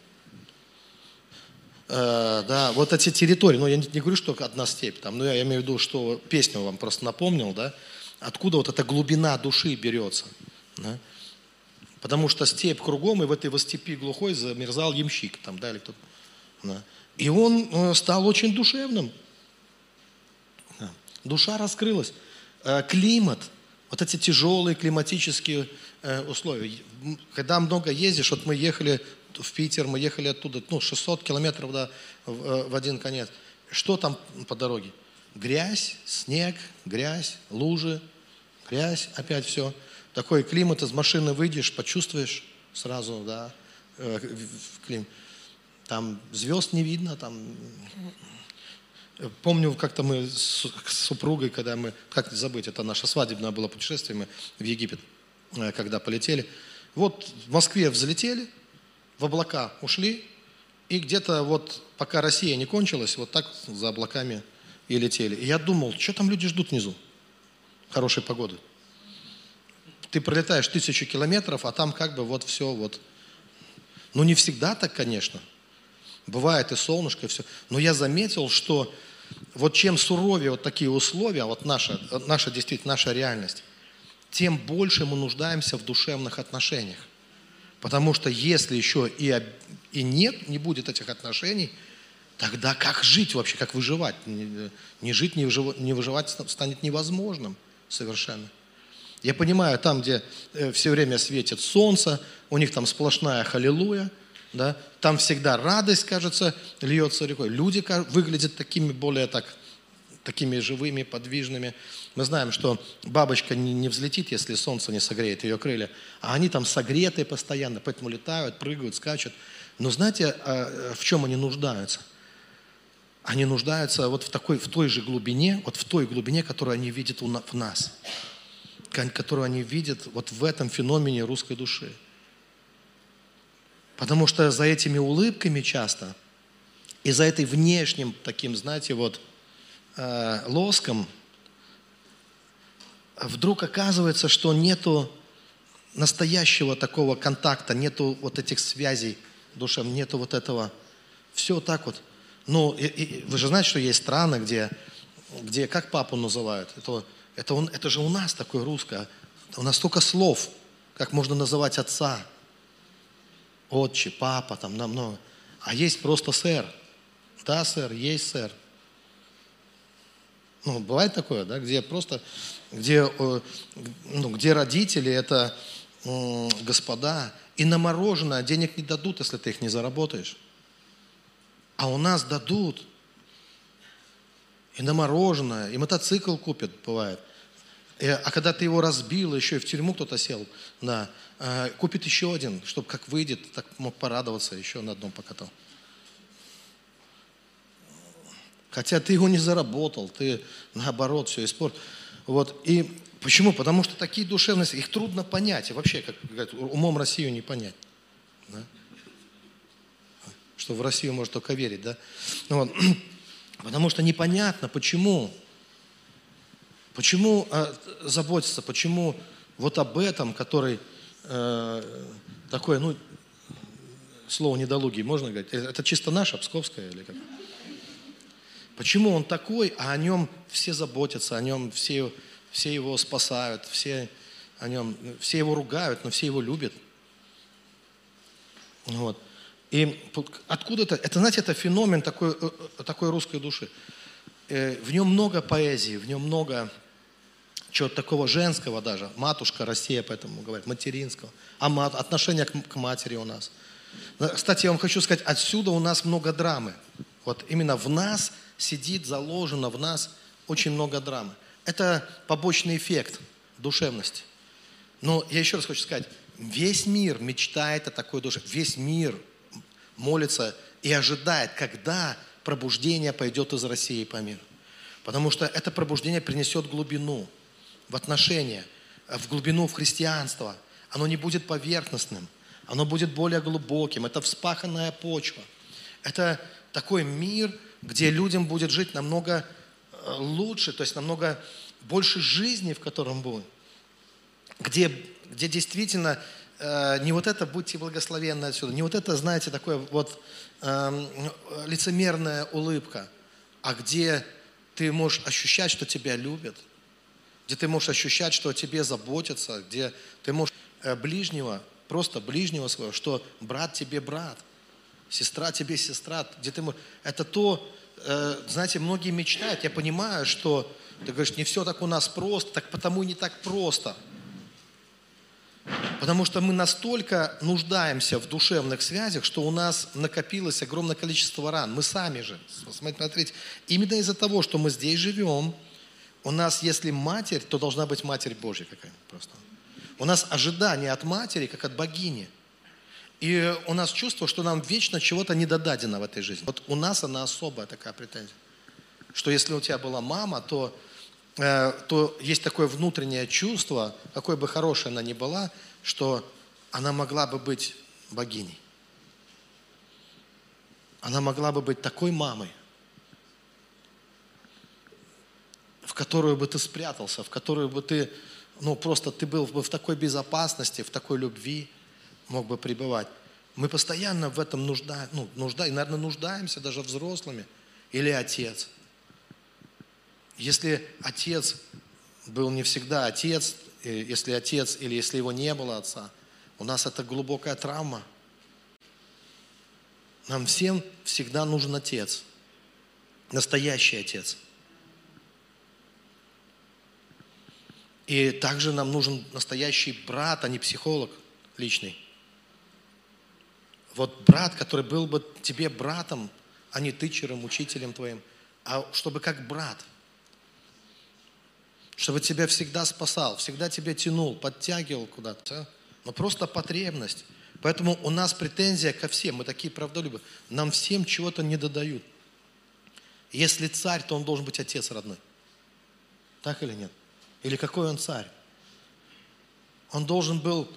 Да, вот эти территории, ну я не говорю, что одна степь, там, но я имею в виду, что песню вам просто напомнил, да, откуда вот эта глубина души берется. Да? Потому что степь кругом, и в этой степи глухой замерзал ямщик, там, да, или кто-то. Да. И он стал очень душевным. Да. Душа раскрылась. Климат, вот эти тяжелые климатические условия. Когда много ездишь, вот мы ехали в Питер, мы ехали оттуда, 600 километров в один конец. Что там по дороге? Грязь, снег, грязь, лужи, грязь, опять все. Такой климат, из машины выйдешь, почувствуешь сразу, да, климат. Там звезд не видно, там... Помню, как-то мы с супругой, когда мы, как не забыть, это наше свадебное было путешествие, мы в Египет, когда полетели. Вот в Москве взлетели, в облака ушли, и где-то вот, пока Россия не кончилась, вот так за облаками и летели. И я думал, что там люди ждут внизу? Хорошей погоды. Ты пролетаешь 1000 километров, а там как бы вот все вот. Ну, не всегда так, конечно. Бывает и солнышко, и все. Но я заметил, что вот чем суровее вот такие условия, вот наша действительно наша реальность, тем больше мы нуждаемся в душевных отношениях. Потому что если еще и не будет этих отношений, тогда как жить вообще, как выживать? Не жить, не выживать станет невозможным совершенно. Я понимаю, там, где все время светит солнце, у них там сплошная халилуя, да, там всегда радость, кажется, льется рекой. Люди выглядят такими такими живыми, подвижными. Мы знаем, что бабочка не взлетит, если солнце не согреет ее крылья, а они там согреты постоянно, поэтому летают, прыгают, скачут. Но знаете, в чем они нуждаются? Они нуждаются вот в той же глубине, вот в той глубине, которую они видят в нас, которую они видят вот в этом феномене русской души. Потому что за этими улыбками часто и за этой внешним таким, знаете, вот лоском вдруг оказывается, что нету настоящего такого контакта, нету вот этих связей душевных, нету вот этого. Все так вот. Ну, вы же знаете, что есть страны, где как папу называют? Это же у нас такое русское. У нас столько слов, как можно называть отца. Отче, папа, там много. А есть просто сэр. Да, сэр, есть сэр. Ну, бывает такое, да, где родители это господа, и на мороженое денег не дадут, если ты их не заработаешь. А у нас дадут. И на мороженое, и мотоцикл купят, бывает. А когда ты его разбил, еще и в тюрьму кто-то сел, да, купит еще один, чтобы как выйдет, так мог порадоваться, еще на одном покатал. Хотя ты его не заработал, ты наоборот все испортил. Вот. И почему? Потому что такие душевности, их трудно понять. И вообще, как говорят, умом Россию не понять. Да? Что в Россию может только верить, да? Вот. Потому что непонятно, почему. Почему заботиться, почему вот об этом, который такое, ну, слово недолугий, можно говорить? Это чисто наше, псковское или как? Почему он такой, а о нем все заботятся, о нем все его спасают, все его ругают, но все его любят. Вот. И откуда это? Это, знаете, это феномен такой русской души. В нем много поэзии, в нем много чего-то такого женского даже. Матушка Россия, поэтому говорит, материнского. Отношение к матери у нас. Кстати, я вам хочу сказать, отсюда у нас много драмы. Вот именно в нас сидит, заложено в нас очень много драмы. Это побочный эффект душевности. Но я еще раз хочу сказать, весь мир мечтает о такой душе. Весь мир молится и ожидает, когда пробуждение пойдет из России по миру. Потому что это пробуждение принесет глубину в отношения, в глубину в христианство. Оно не будет поверхностным, оно будет более глубоким. Это вспаханная почва. Это такой мир, где людям будет жить намного лучше, то есть намного больше жизни, в котором будет. Где действительно не вот это «будьте благословенны отсюда», не вот это, знаете, такое вот лицемерная улыбка, а где ты можешь ощущать, что тебя любят, где ты можешь ощущать, что о тебе заботятся, где ты можешь ближнего, просто ближнего своего, что брат тебе брат, сестра тебе сестра, где ты можешь... Это то, знаете, многие мечтают, я понимаю, что ты говоришь, не все так у нас просто, так потому и не так просто. Потому что мы настолько нуждаемся в душевных связях, что у нас накопилось огромное количество ран. Мы сами же, смотрите, именно из-за того, что мы здесь живем, у нас, если матерь, то должна быть Матерь Божья какая-нибудь просто. У нас ожидание от матери, как от богини. И у нас чувство, что нам вечно чего-то недодадено в этой жизни. Вот у нас она особая такая претензия. Что если у тебя была мама, то есть такое внутреннее чувство, какой бы хорошей она ни была, что она могла бы быть богиней. Она могла бы быть такой мамой, в которую бы ты спрятался, в которую бы ты, просто ты был бы в такой безопасности, в такой любви мог бы пребывать. Мы постоянно в этом нуждаемся даже взрослыми. Или отец. Если отец был не всегда отец, если отец или если его не было отца, у нас это глубокая травма. Нам всем всегда нужен отец. Настоящий отец. И также нам нужен настоящий брат, а не психолог личный. Вот брат, который был бы тебе братом, а не тычером, учителем твоим, а чтобы как брат. Чтобы тебя всегда спасал, всегда тебя тянул, подтягивал куда-то. Но просто потребность. Поэтому у нас претензия ко всем, мы такие правдолюбы. Нам всем чего-то не додают. Если царь, то он должен быть отец родной. Так или нет? Или какой он царь? Он должен был,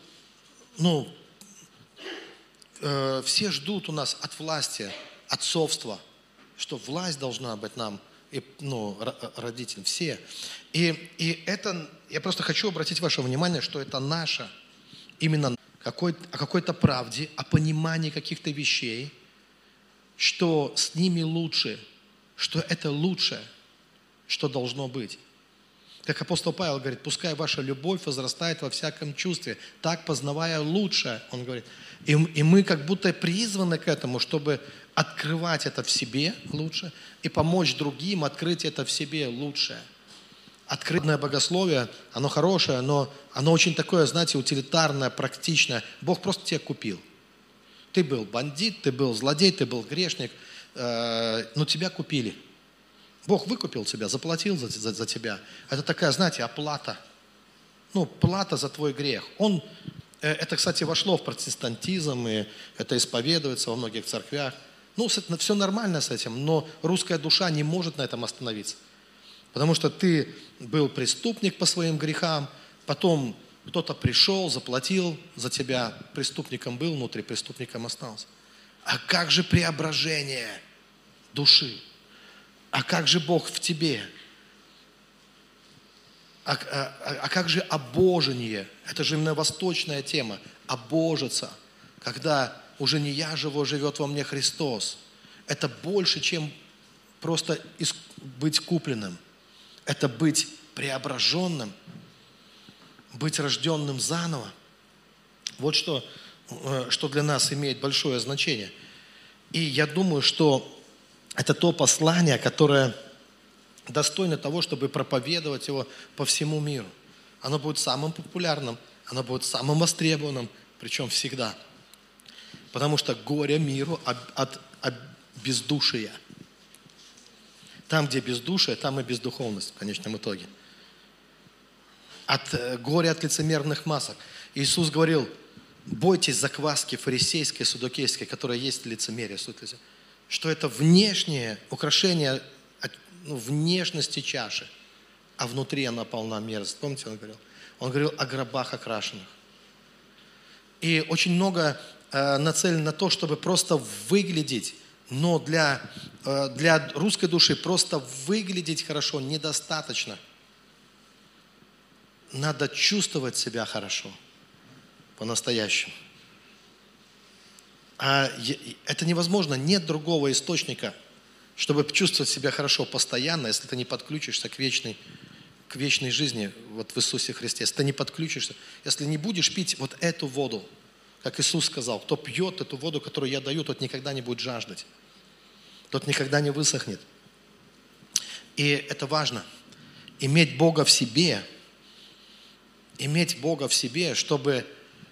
все ждут у нас от власти, отцовства, что власть должна быть нам, родителям, все. И это, я просто хочу обратить ваше внимание, что это наше, именно о какой-то правде, о понимании каких-то вещей, что с ними лучше, что это лучшее, что должно быть. Как апостол Павел говорит, пускай ваша любовь возрастает во всяком чувстве, так познавая лучшее, он говорит. И мы как будто призваны к этому, чтобы открывать это в себе лучше и помочь другим открыть это в себе лучшее. Открытое богословие, оно хорошее, но оно очень такое, знаете, утилитарное, практичное. Бог просто тебя купил. Ты был бандит, ты был злодей, ты был грешник, но тебя купили. Бог выкупил тебя, заплатил за тебя. Это такая, знаете, оплата. Плата за твой грех. Это, кстати, вошло в протестантизм, и это исповедуется во многих церквях. Все нормально с этим, но русская душа не может на этом остановиться. Потому что ты был преступник по своим грехам, потом кто-то пришел, заплатил за тебя, преступником был внутри, преступником остался. А как же преображение души? А как же Бог в тебе? А как же обожение? Это же именно восточная тема. Обожиться. Когда уже не я живу, живет во мне Христос. Это больше, чем просто быть купленным. Это быть преображенным. Быть рожденным заново. Вот что для нас имеет большое значение. И я думаю, что это то послание, которое достойно того, чтобы проповедовать его по всему миру. Оно будет самым популярным, оно будет самым востребованным, причем всегда. Потому что горе миру от бездушия. Там, где бездушие, там и бездуховность в конечном итоге. От горя от лицемерных масок. Иисус говорил: бойтесь закваски фарисейской, саддукейской, которая есть в лицемерии. Что это внешнее украшение внешности чаши, а внутри она полна мерзости. Помните, он говорил? Он говорил о гробах окрашенных. И очень много нацелено на то, чтобы просто выглядеть, но для русской души просто выглядеть хорошо недостаточно. Надо чувствовать себя хорошо, по-настоящему. А это невозможно, нет другого источника, чтобы чувствовать себя хорошо постоянно, если ты не подключишься к вечной жизни вот в Иисусе Христе. Если ты не подключишься, если не будешь пить вот эту воду, как Иисус сказал: кто пьет эту воду, которую я даю, тот никогда не будет жаждать, тот никогда не высохнет. И это важно, иметь Бога в себе, чтобы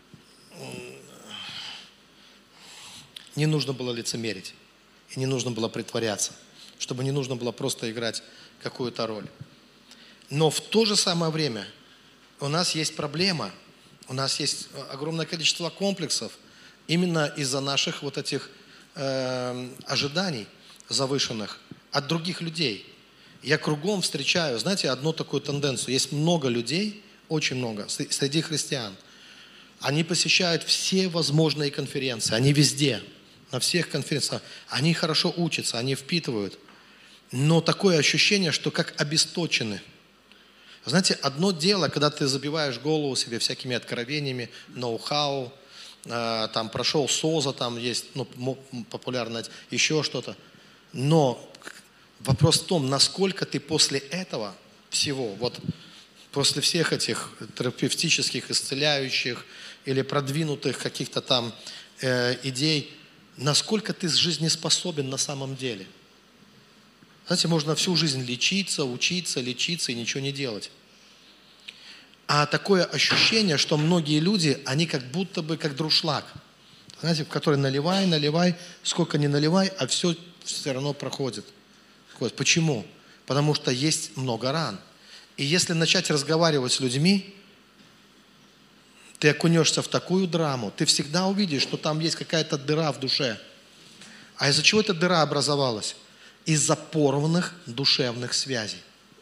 не нужно было лицемерить. И не нужно было притворяться, чтобы не нужно было просто играть какую-то роль. Но в то же самое время у нас есть проблема, у нас есть огромное количество комплексов именно из-за наших вот этих ожиданий завышенных от других людей. Я кругом встречаю, знаете, одну такую тенденцию. Есть много людей, очень много, среди христиан. Они посещают все возможные конференции, они везде. На всех конференциях. Они хорошо учатся, они впитывают. Но такое ощущение, что как обесточены. Знаете, одно дело, когда ты забиваешь голову себе всякими откровениями, ноу-хау, там прошел СОЗа, там есть популярно еще что-то. Но вопрос в том, насколько ты после этого всего, вот после всех этих терапевтических, исцеляющих или продвинутых каких-то там идей, насколько ты жизнеспособен на самом деле. Знаете, можно всю жизнь лечиться, учиться, лечиться и ничего не делать. А такое ощущение, что многие люди, они как будто бы как друшлаг. Знаете, в который наливай, сколько ни наливай, а все равно проходит. Почему? Потому что есть много ран. И если начать разговаривать с людьми, ты окунешься в такую драму, ты всегда увидишь, что там есть какая-то дыра в душе. А из-за чего эта дыра образовалась? Из-за порванных душевных связей.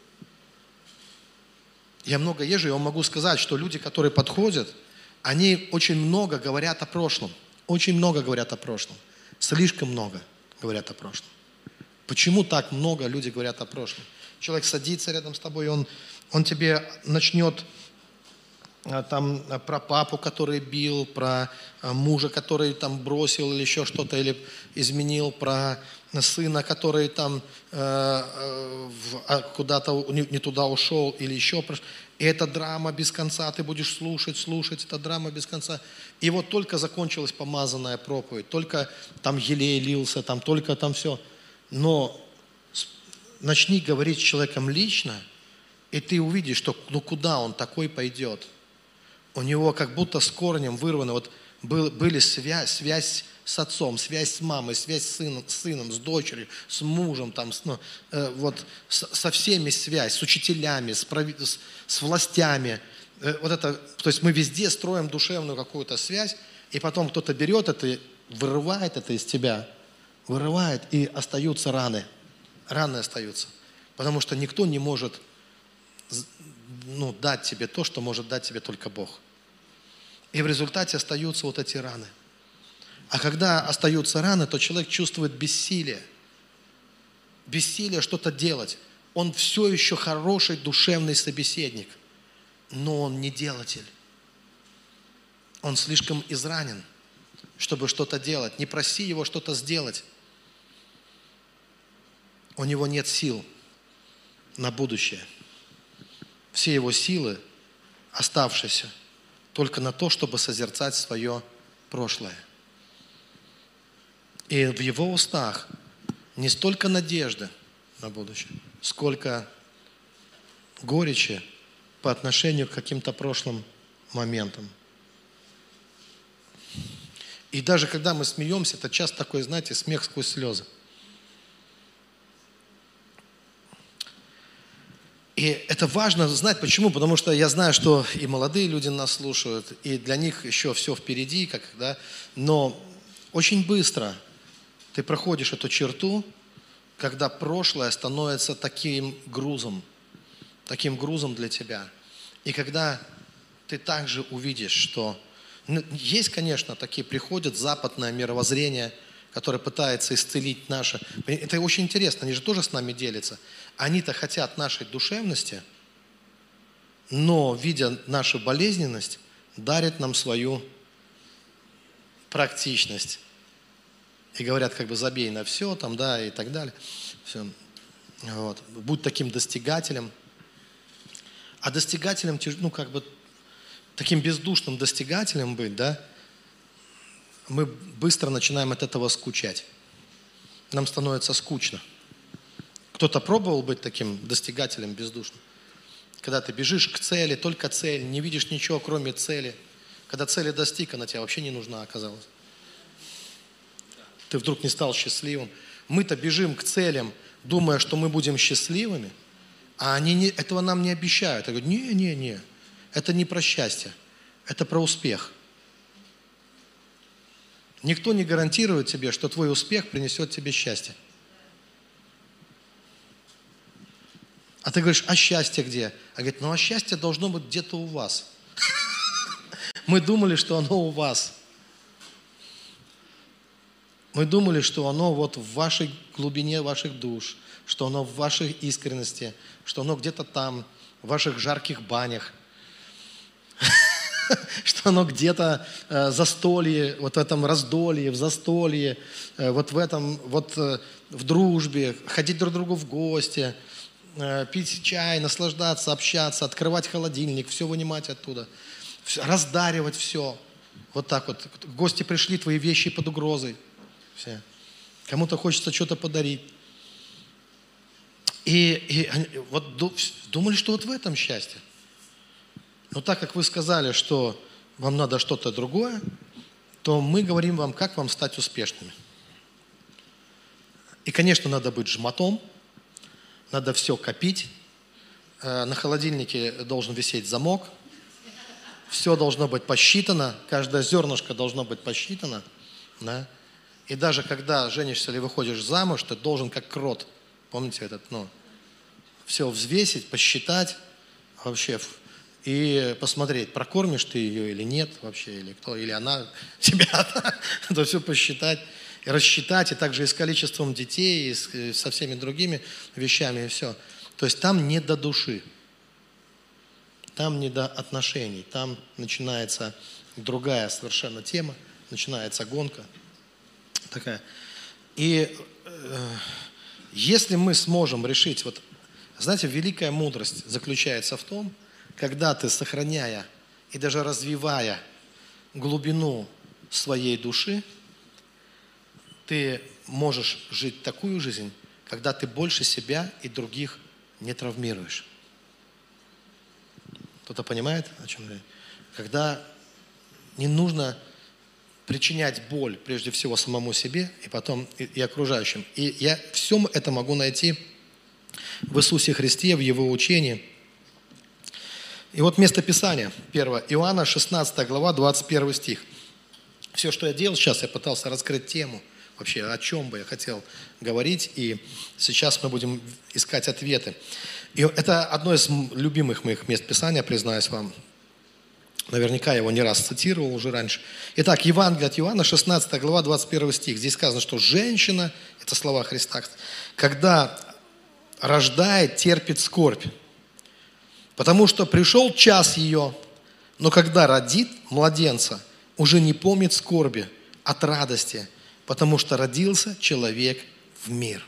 Я много езжу, и я могу сказать, что люди, которые подходят, они очень много говорят о прошлом. Очень много говорят о прошлом. Слишком много говорят о прошлом. Почему так много люди говорят о прошлом? Человек садится рядом с тобой, он тебе начнет там про папу, который бил, про мужа, который там бросил или еще что-то, или изменил, про сына, который там куда-то не туда ушел, или еще. И эта драма без конца, ты будешь слушать, эта драма без конца. И вот только закончилась помазанная проповедь, только там елей лился, там только там все. Но начни говорить с человеком лично, и ты увидишь, что куда он такой пойдет. У него как будто с корнем вырваны. Вот были связь с отцом, связь с мамой, связь с сыном, с дочерью, с мужем, там, со всеми связь, с учителями, с властями. Вот это, то есть мы везде строим душевную какую-то связь, и потом кто-то берет это, вырывает это из тебя, вырывает, и остаются раны. Раны остаются. Потому что никто не может дать тебе то, что может дать тебе только Бог. И в результате остаются вот эти раны. А когда остаются раны, то человек чувствует бессилие. Бессилие что-то делать. Он все еще хороший душевный собеседник, но он не делатель. Он слишком изранен, чтобы что-то делать. Не проси его что-то сделать. У него нет сил на будущее. Все его силы, оставшиеся, только на то, чтобы созерцать свое прошлое. И в его устах не столько надежды на будущее, сколько горечи по отношению к каким-то прошлым моментам. И даже когда мы смеемся, это часто такой, знаете, смех сквозь слезы. И это важно знать, почему? Потому что я знаю, что и молодые люди нас слушают, и для них еще все впереди, но очень быстро ты проходишь эту черту, когда прошлое становится таким грузом для тебя. И когда ты также увидишь, что есть, конечно, такие приходят западное мировоззрение, которое пытается исцелить наше. Это очень интересно, они же тоже с нами делятся. Они-то хотят нашей душевности, но, видя нашу болезненность, дарят нам свою практичность. И говорят, забей на все, и так далее. Все. Вот. Будь таким достигателем. А достигателем, таким бездушным достигателем быть, мы быстро начинаем от этого скучать. Нам становится скучно. Кто-то пробовал быть таким достигателем бездушным? Когда ты бежишь к цели, только цель, не видишь ничего, кроме цели. Когда цели достиг, она тебе вообще не нужна оказалась. Ты вдруг не стал счастливым. Мы-то бежим к целям, думая, что мы будем счастливыми, а они этого нам не обещают. Я говорю, не, это не про счастье, это про успех. Никто не гарантирует тебе, что твой успех принесет тебе счастье. А ты говоришь, а счастье где? А говорит, а счастье должно быть где-то у вас. Мы думали, что оно у вас. Мы думали, что оно вот в вашей глубине ваших душ, что оно в вашей искренности, что оно где-то там, в ваших жарких банях, что оно где-то застолье, вот в этом раздолье, в застолье, вот в этом, вот в дружбе, ходить друг к другу в гости, пить чай, наслаждаться, общаться, открывать холодильник, все вынимать оттуда, раздаривать все. Вот так вот. Гости пришли, твои вещи под угрозой. Все. Кому-то хочется что-то подарить. И вот думали, что вот в этом счастье. Но так как вы сказали, что вам надо что-то другое, то мы говорим вам, как вам стать успешными. И, конечно, надо быть жмотом, надо все копить. На холодильнике должен висеть замок. Все должно быть посчитано, каждое зернышко должно быть посчитано. Да? И даже когда женишься или выходишь замуж, ты должен как крот, помните этот, все взвесить, посчитать вообще и посмотреть, прокормишь ты ее или нет вообще, или кто, или она тебя, это все посчитать, и рассчитать, и также и с количеством детей, и со всеми другими вещами, и все. То есть там не до души, там не до отношений, там начинается другая совершенно тема, начинается гонка такая. И если мы сможем решить, вот, знаете, великая мудрость заключается в том, когда ты, сохраняя и даже развивая глубину своей души, ты можешь жить такую жизнь, когда ты больше себя и других не травмируешь. Кто-то понимает, о чем я говорю? Когда не нужно причинять боль, прежде всего, самому себе, и потом и окружающим. И я все это могу найти в Иисусе Христе, в Его учении. И вот место Писания, 1 Иоанна, 16 глава, 21 стих. Все, что я делал сейчас, я пытался раскрыть тему вообще, о чем бы я хотел говорить. И сейчас мы будем искать ответы. И это одно из любимых моих мест Писания, признаюсь вам. Наверняка я его не раз цитировал уже раньше. Итак, Евангелие от Иоанна, 16 глава, 21 стих. Здесь сказано, что женщина, это слова Христа, когда рождает, терпит скорбь. Потому что пришел час ее, но когда родит младенца, уже не помнит скорби от радости, потому что родился человек в мир.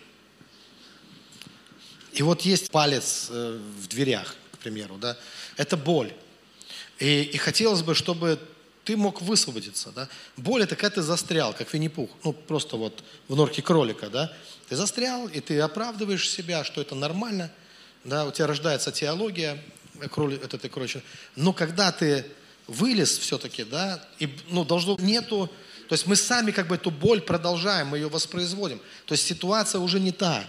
И вот есть палец в дверях, к примеру, да? Это боль. И хотелось бы, чтобы ты мог высвободиться, да? Боль – это когда ты застрял, как Винни-Пух, ну просто вот в норке кролика, да? Ты застрял, и ты оправдываешь себя, что это нормально, да? У тебя рождается теология, этой кроличьей. Но когда ты вылез все-таки, да, и нету, то есть мы сами как бы эту боль продолжаем, мы ее воспроизводим. То есть ситуация уже не та.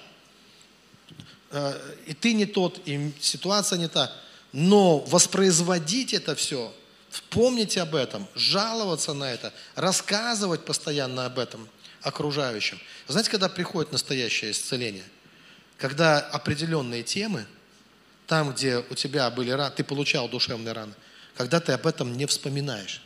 И ты не тот, и ситуация не та. Но воспроизводить это все, помнить об этом, жаловаться на это, рассказывать постоянно об этом окружающим. Знаете, когда приходит настоящее исцеление? Когда определенные темы, там, где у тебя были раны, ты получал душевные раны, когда ты об этом не вспоминаешь.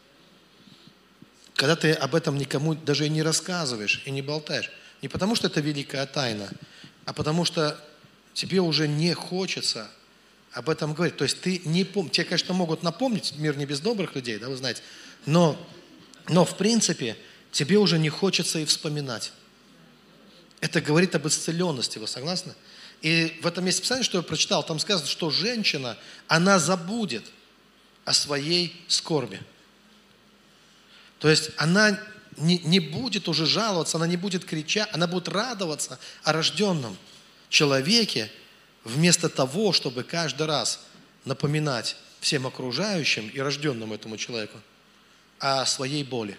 Когда ты об этом никому даже и не рассказываешь, и не болтаешь. Не потому, что это великая тайна, а потому что тебе уже не хочется об этом говорить. То есть ты не помнишь. Тебе, конечно, могут напомнить, мир не без добрых людей, да, вы знаете. Но в принципе, тебе уже не хочется и вспоминать. Это говорит об исцеленности, вы согласны? И в этом месте Писания, что я прочитал, там сказано, что женщина, она забудет о своей скорби. То есть она не будет уже жаловаться, она не будет кричать, она будет радоваться о рожденном человеке, вместо того, чтобы каждый раз напоминать всем окружающим и рожденному этому человеку о своей боли.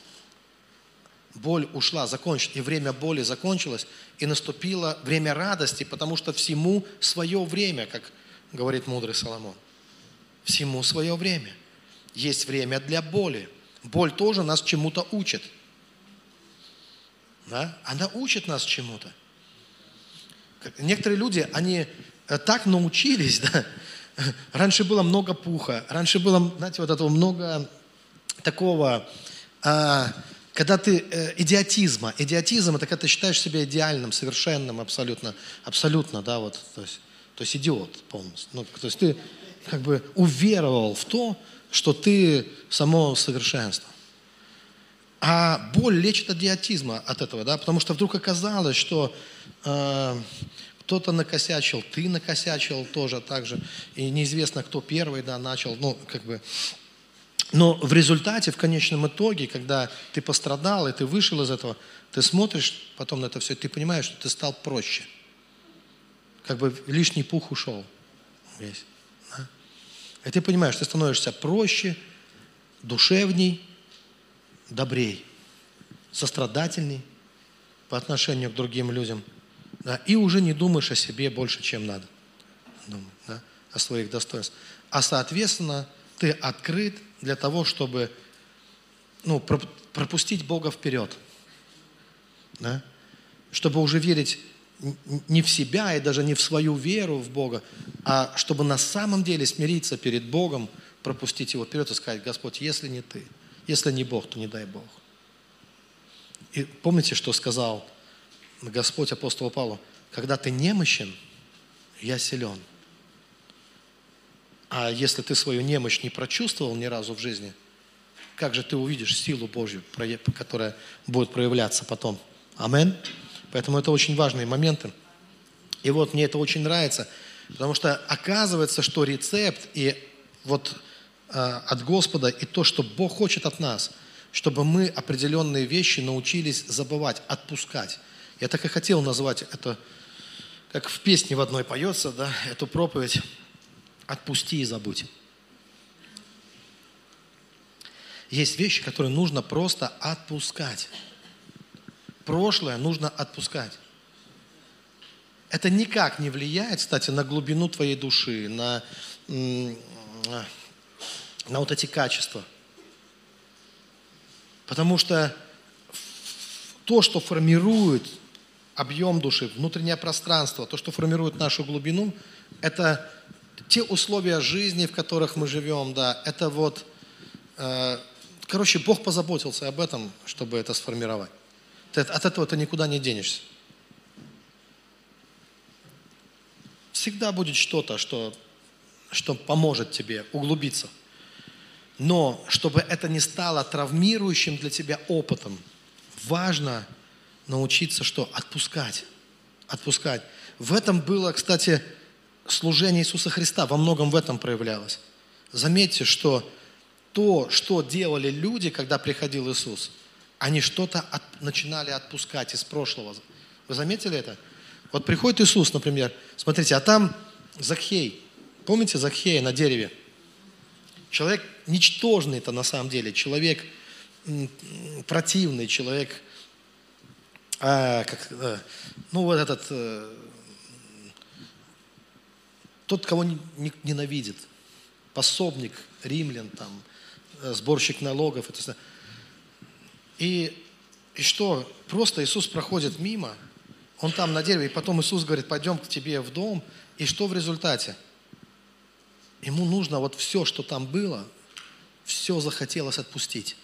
Боль ушла, закончилась, и время боли закончилось, и наступило время радости, потому что всему свое время, как говорит мудрый Соломон. Всему свое время. Есть время для боли. Боль тоже нас чему-то учит. Да? Она учит нас чему-то. Некоторые люди, они так научились, да? Раньше было много пуха, раньше было, знаете, вот этого много такого, когда ты, идиотизма. Идиотизм – это когда ты считаешь себя идеальным, совершенным, абсолютно, да, вот, то есть идиот полностью. Ну, то есть ты как бы уверовал в то, что ты само совершенство. А боль лечит от идиотизма от этого, да, потому что вдруг оказалось, что кто-то накосячил, ты накосячил тоже так же, и неизвестно, кто первый, да, начал, но в результате, в конечном итоге, когда ты пострадал, и ты вышел из этого, ты смотришь потом на это все, и ты понимаешь, что ты стал проще. Как бы лишний пух ушел весь. Да? И ты понимаешь, ты становишься проще, душевней, добрей, сострадательней по отношению к другим людям. Да? И уже не думаешь о себе больше, чем надо. Да? О своих достоинствах. А соответственно, ты открыт для того, чтобы пропустить Бога вперед. Да? Чтобы уже верить не в себя и даже не в свою веру в Бога, а чтобы на самом деле смириться перед Богом, пропустить Его вперед и сказать: Господь, если не Ты, если не Бог, то не дай Бог. И помните, что сказал Господь апостолу Павлу? Когда ты немощен, я силен. А если ты свою немощь не прочувствовал ни разу в жизни, как же ты увидишь силу Божью, которая будет проявляться потом? Амин. Поэтому это очень важные моменты. И вот мне это очень нравится, потому что оказывается, что рецепт и вот от Господа, и то, что Бог хочет от нас, чтобы мы определенные вещи научились забывать, отпускать. Я так и хотел назвать это, как в песне в одной поется, да, эту проповедь: «Отпусти и забудь». Есть вещи, которые нужно просто отпускать. Прошлое нужно отпускать. Это никак не влияет, кстати, на глубину твоей души, на вот эти качества. Потому что то, что формирует объем души, внутреннее пространство, то, что формирует нашу глубину, это те условия жизни, в которых мы живем, да, это вот, короче, Бог позаботился об этом, чтобы это сформировать. От этого ты никуда не денешься. Всегда будет что-то, что поможет тебе углубиться. Но чтобы это не стало травмирующим для тебя опытом, важно научиться что? Отпускать. Отпускать. В этом было, кстати, служение Иисуса Христа. Во многом в этом проявлялось. Заметьте, что то, что делали люди, когда приходил Иисус, они что-то начинали отпускать из прошлого. Вы заметили это? Вот приходит Иисус, например, смотрите, а там Закхей. Помните Закхея на дереве? Человек ничтожный-то на самом деле, человек противный, человек, вот этот, тот, кого ненавидит, пособник римлян, там, сборщик налогов. И что? Просто Иисус проходит мимо, он там на дереве, и потом Иисус говорит, пойдем к тебе в дом, и что в результате? Ему нужно вот все, что там было, все захотелось отпустить.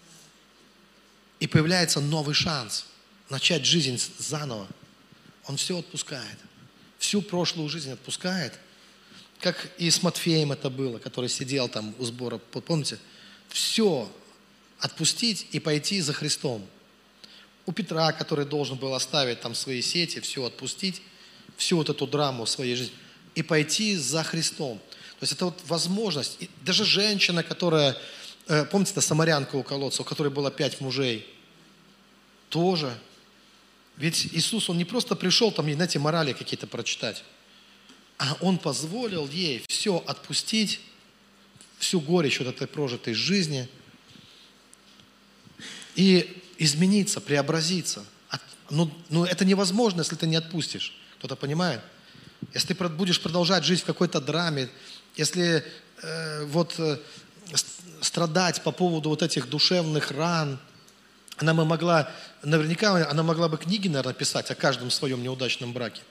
И появляется новый шанс начать жизнь заново. Он все отпускает. Всю прошлую жизнь отпускает. Как и с Матфеем это было, который сидел там у сбора, помните? Все отпустить и пойти за Христом. У Петра, который должен был оставить там свои сети, все отпустить, всю вот эту драму своей жизни, и пойти за Христом. То есть это вот возможность. И даже женщина, которая, помните, та самарянка у колодца, у которой было 5 мужей, тоже. Ведь Иисус, Он не просто пришел там, знаете, морали какие-то прочитать, а Он позволил ей все отпустить, всю горечь вот этой прожитой жизни и измениться, преобразиться. Но это невозможно, если ты не отпустишь. Кто-то понимает? Если ты будешь продолжать жить в какой-то драме, если страдать по поводу вот этих душевных ран, она могла бы книги, наверное, писать о каждом своем неудачном браке.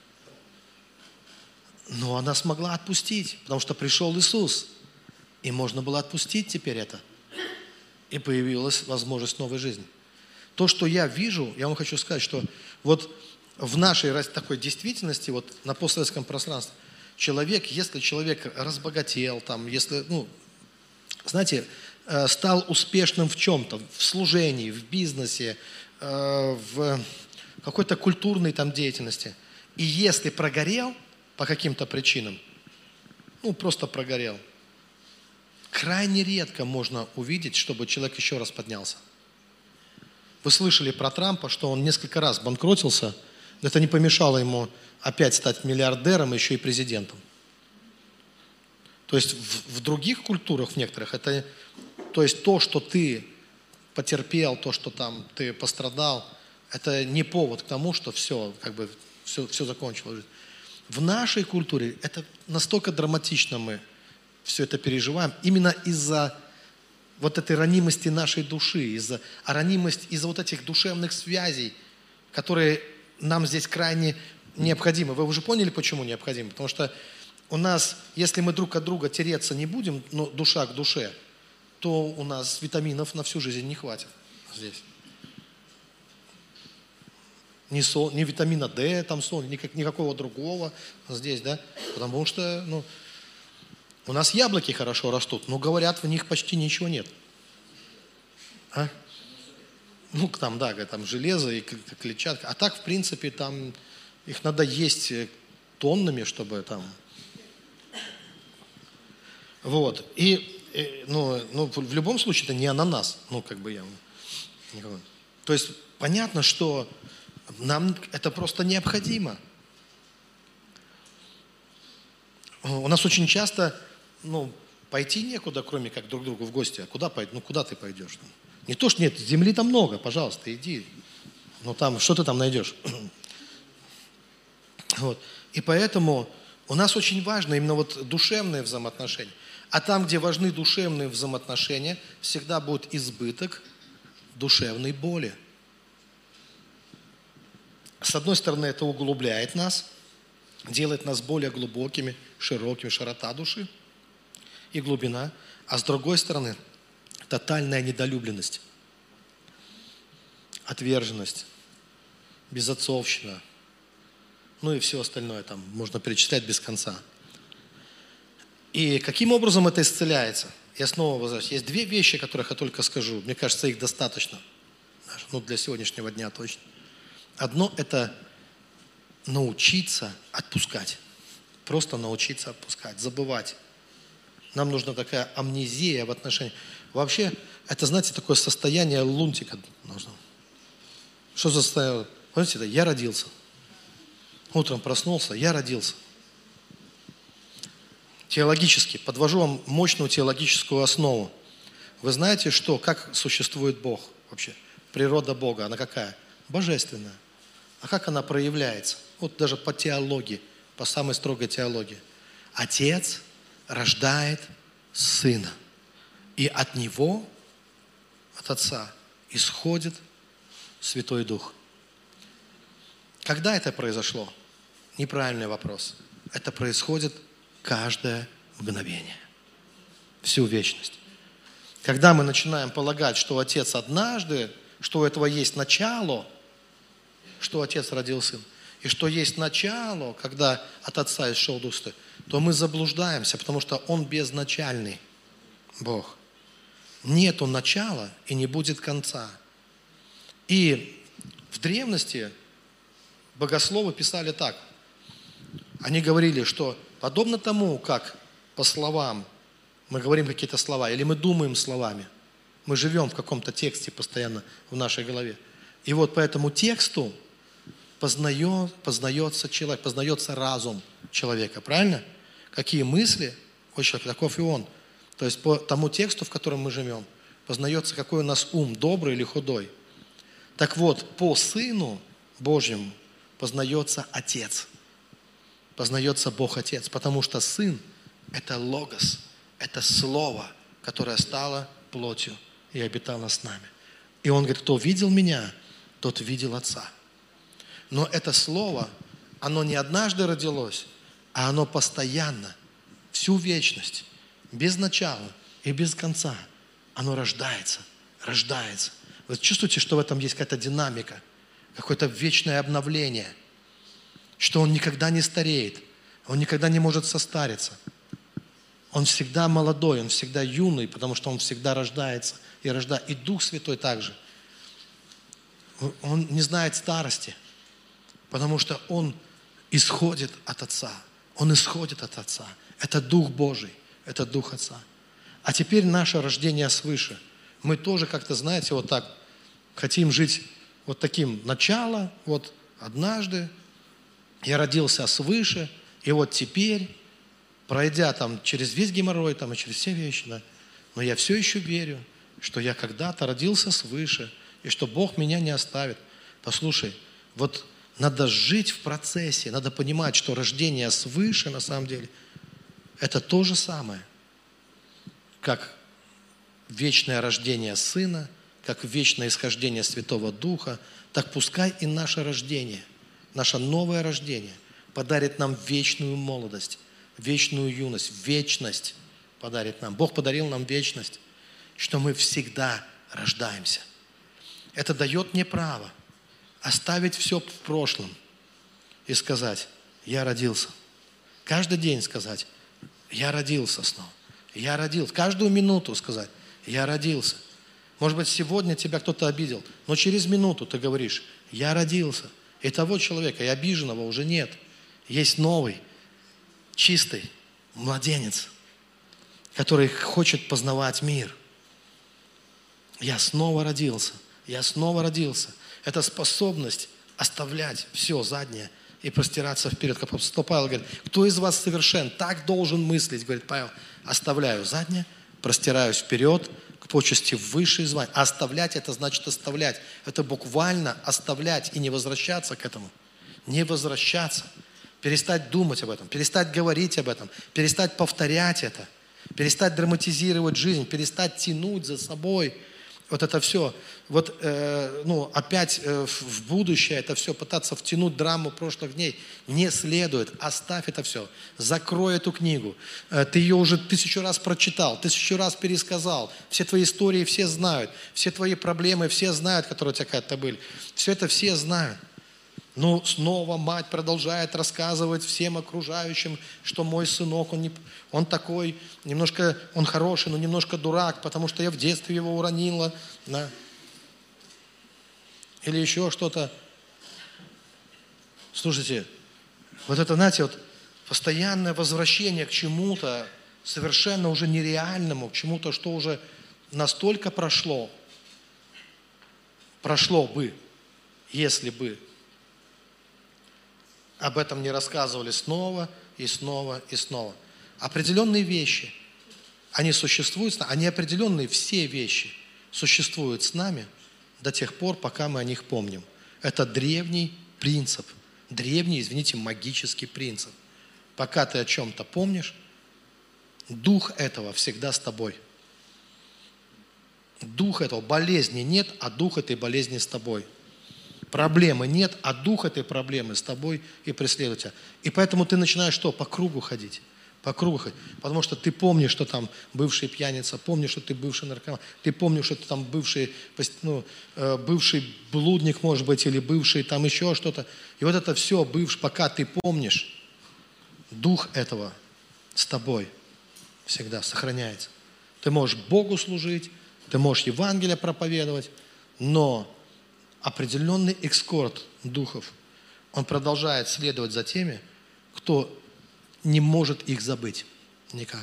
Но она смогла отпустить, потому что пришел Иисус. И можно было отпустить теперь это. И появилась возможность новой жизни. То, что я вижу, я вам хочу сказать, что вот в нашей такой действительности, вот на постсоветском пространстве, если человек разбогател, там, если, знаете, стал успешным в чем-то, в служении, в бизнесе, в какой-то культурной там деятельности, и если прогорел по каким-то причинам, просто прогорел, крайне редко можно увидеть, чтобы человек еще раз поднялся. Вы слышали про Трампа, что он несколько раз банкротился, это не помешало ему опять стать миллиардером, еще и президентом. То есть в других культурах, в некоторых, то есть то, что ты потерпел, то, что там ты пострадал, это не повод к тому, что все закончилось. В нашей культуре это настолько драматично мы все это переживаем, именно из-за вот этой ранимости нашей души, из-за вот этих душевных связей, которые нам здесь крайне необходимы. Вы уже поняли, почему необходимы? Потому что у нас, если мы друг от друга тереться не будем, душа к душе, то у нас витаминов на всю жизнь не хватит здесь. Ни витамина D, там никакого другого здесь, да? Потому что, у нас яблоки хорошо растут, но говорят, в них почти ничего нет. Там железо и клетчатка. А так, в принципе, там их надо есть тоннами, чтобы там... Вот. В любом случае, это не ананас. То есть, понятно, что нам это просто необходимо. У нас очень часто, пойти некуда, кроме как друг к другу в гости. А куда пойти? Куда ты пойдешь? Не то, что нет, земли там много, пожалуйста, иди. Что ты там найдешь? Вот. И поэтому у нас очень важно именно душевные взаимоотношения. А там, где важны душевные взаимоотношения, всегда будет избыток душевной боли. С одной стороны, это углубляет нас, делает нас более глубокими, широкими, широта души и глубина. А с другой стороны, тотальная недолюбленность, отверженность, безотцовщина, ну и все остальное там можно перечислять без конца. И каким образом это исцеляется? Я снова возвращаюсь. Есть две вещи, которых я только скажу. Мне кажется, их достаточно. Ну, для сегодняшнего дня точно. Одно – это научиться отпускать. Просто научиться отпускать, забывать. Нам нужна такая амнезия в отношении. Вообще, это, знаете, такое состояние лунтика нужно. Что за состояние? Знаете, я родился. Утром проснулся, я родился. Теологически, подвожу вам мощную теологическую основу. Вы знаете, что, как существует Бог вообще? Природа Бога, она какая? Божественная. А как она проявляется? Вот даже по теологии, по самой строгой теологии. Отец рождает Сына. И от Него, от Отца, исходит Святой Дух. Когда это произошло? Неправильный вопрос. Это происходит каждое мгновение. Всю вечность. Когда мы начинаем полагать, что Отец однажды, что у этого есть начало, что Отец родил Сын, и что есть начало, когда от Отца исшел Дух Святой, то мы заблуждаемся, потому что Он безначальный Бог. Нету начала и не будет конца. И в древности богословы писали так. Они говорили, что подобно тому, как по словам мы говорим какие-то слова, или мы думаем словами, мы живем в каком-то тексте постоянно в нашей голове. И вот по этому тексту познается человек, познается разум человека, правильно? Какие мысли у человека, таков и он. То есть по тому тексту, в котором мы живем, познается, какой у нас ум, добрый или худой. Так вот, по Сыну Божьему познается Отец. Познается Бог Отец, потому что Сын – это логос, это Слово, которое стало плотью и обитало с нами. И Он говорит, кто видел Меня, тот видел Отца. Но это Слово, оно не однажды родилось, а оно постоянно, всю вечность, без начала и без конца, оно рождается, рождается. Вы чувствуете, что в этом есть какая-то динамика, какое-то вечное обновление, что Он никогда не стареет, Он никогда не может состариться. Он всегда молодой, Он всегда юный, потому что Он всегда рождается и рождает. И Дух Святой также. Он не знает старости, потому что Он исходит от Отца. Он исходит от Отца. Это Дух Божий, это Дух Отца. А теперь наше рождение свыше. Мы тоже как-то, знаете, вот так хотим жить вот таким начало, вот однажды я родился свыше, и вот теперь, пройдя там через весь геморрой, там и через все вещи, да, но я все еще верю, что я когда-то родился свыше, и что Бог меня не оставит. Послушай, вот надо жить в процессе, надо понимать, что рождение свыше, на самом деле, это то же самое, как вечное рождение Сына, как вечное исхождение Святого Духа, так пускай и наше рождение, наше новое рождение подарит нам вечную молодость, вечную юность, вечность подарит нам. Бог подарил нам вечность, что мы всегда рождаемся. Это дает мне право оставить все в прошлом и сказать, я родился. Каждый день сказать, я родился снова. Я родился. Каждую минуту сказать, я родился. Может быть, сегодня тебя кто-то обидел, но через минуту ты говоришь, я родился. И того человека, и обиженного уже нет. Есть новый, чистый младенец, который хочет познавать мир. Я снова родился. Я снова родился. Это способность оставлять все заднее и простираться вперед. Как апостол Павел говорит, кто из вас совершен? Так должен мыслить, говорит Павел. Оставляю заднее, простираюсь вперед к почести высшей звания. А оставлять это значит оставлять. Это буквально оставлять и не возвращаться к этому. Не возвращаться. Перестать думать об этом, перестать говорить об этом, перестать повторять это, перестать драматизировать жизнь, перестать тянуть за собой вот это все, вот, опять в будущее это все пытаться втянуть драму прошлых дней не следует. Оставь это все, закрой эту книгу. Ты ее уже 1000 раз прочитал, 1000 раз пересказал. Все твои истории все знают, все твои проблемы все знают, которые у тебя когда-то были. Все это все знают. Но снова мать продолжает рассказывать всем окружающим, что мой сынок, он такой, немножко, он хороший, но немножко дурак, потому что я в детстве его уронила. Да? Или еще что-то. Слушайте, вот это, знаете, вот постоянное возвращение к чему-то совершенно уже нереальному, к чему-то, что уже настолько прошло бы, если бы об этом не рассказывали снова и снова и снова. Определенные вещи, они существуют, они определенные, все вещи существуют с нами до тех пор, пока мы о них помним. Это древний принцип, древний, магический принцип. Пока ты о чем-то помнишь, дух этого всегда с тобой. Дух этого, болезни нет, а дух этой болезни с тобой. Проблемы нет, а дух этой проблемы с тобой и преследует тебя. И поэтому ты начинаешь что? По кругу ходить. По кругу ходить. Потому что ты помнишь, что там бывший пьяница, помнишь, что ты бывший наркоман, ты помнишь, что ты там бывший блудник, может быть, или бывший там еще что-то. И вот это все, пока ты помнишь, дух этого с тобой всегда сохраняется. Ты можешь Богу служить, ты можешь Евангелие проповедовать, но определенный эскорт духов, он продолжает следовать за теми, кто не может их забыть никак.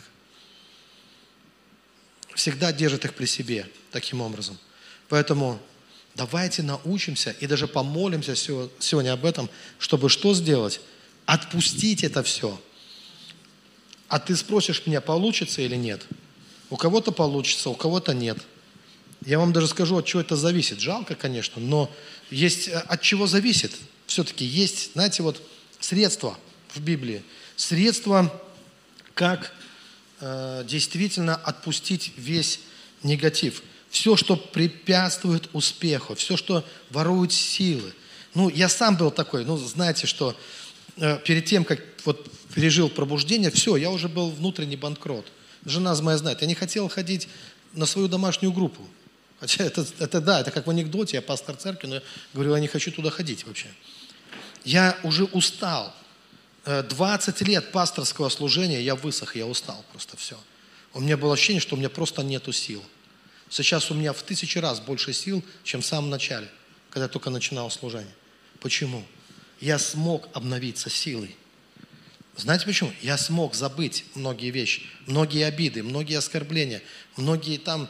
Всегда держит их при себе таким образом. Поэтому давайте научимся и даже помолимся сегодня об этом, чтобы что сделать? Отпустить это все. А ты спросишь меня, получится или нет? У кого-то получится, у кого-то нет. Я вам даже скажу, от чего это зависит. Жалко, конечно, но есть от чего зависит. Все-таки есть, знаете, вот средства в Библии. Средства, как действительно отпустить весь негатив. Все, что препятствует успеху, все, что ворует силы. Я сам был такой, знаете, что перед тем, как вот пережил пробуждение, все, я уже был внутренний банкрот. Жена моя знает, я не хотел ходить на свою домашнюю группу. Хотя это как в анекдоте, я пастор церкви, но я говорю, я не хочу туда ходить вообще. Я уже устал. 20 лет пасторского служения, я высох, я устал просто все. У меня было ощущение, что у меня просто нету сил. Сейчас у меня в 1000 раз больше сил, чем в самом начале, когда я только начинал служение. Почему? Я смог обновиться силой. Знаете почему? Я смог забыть многие вещи, многие обиды, многие оскорбления, многие там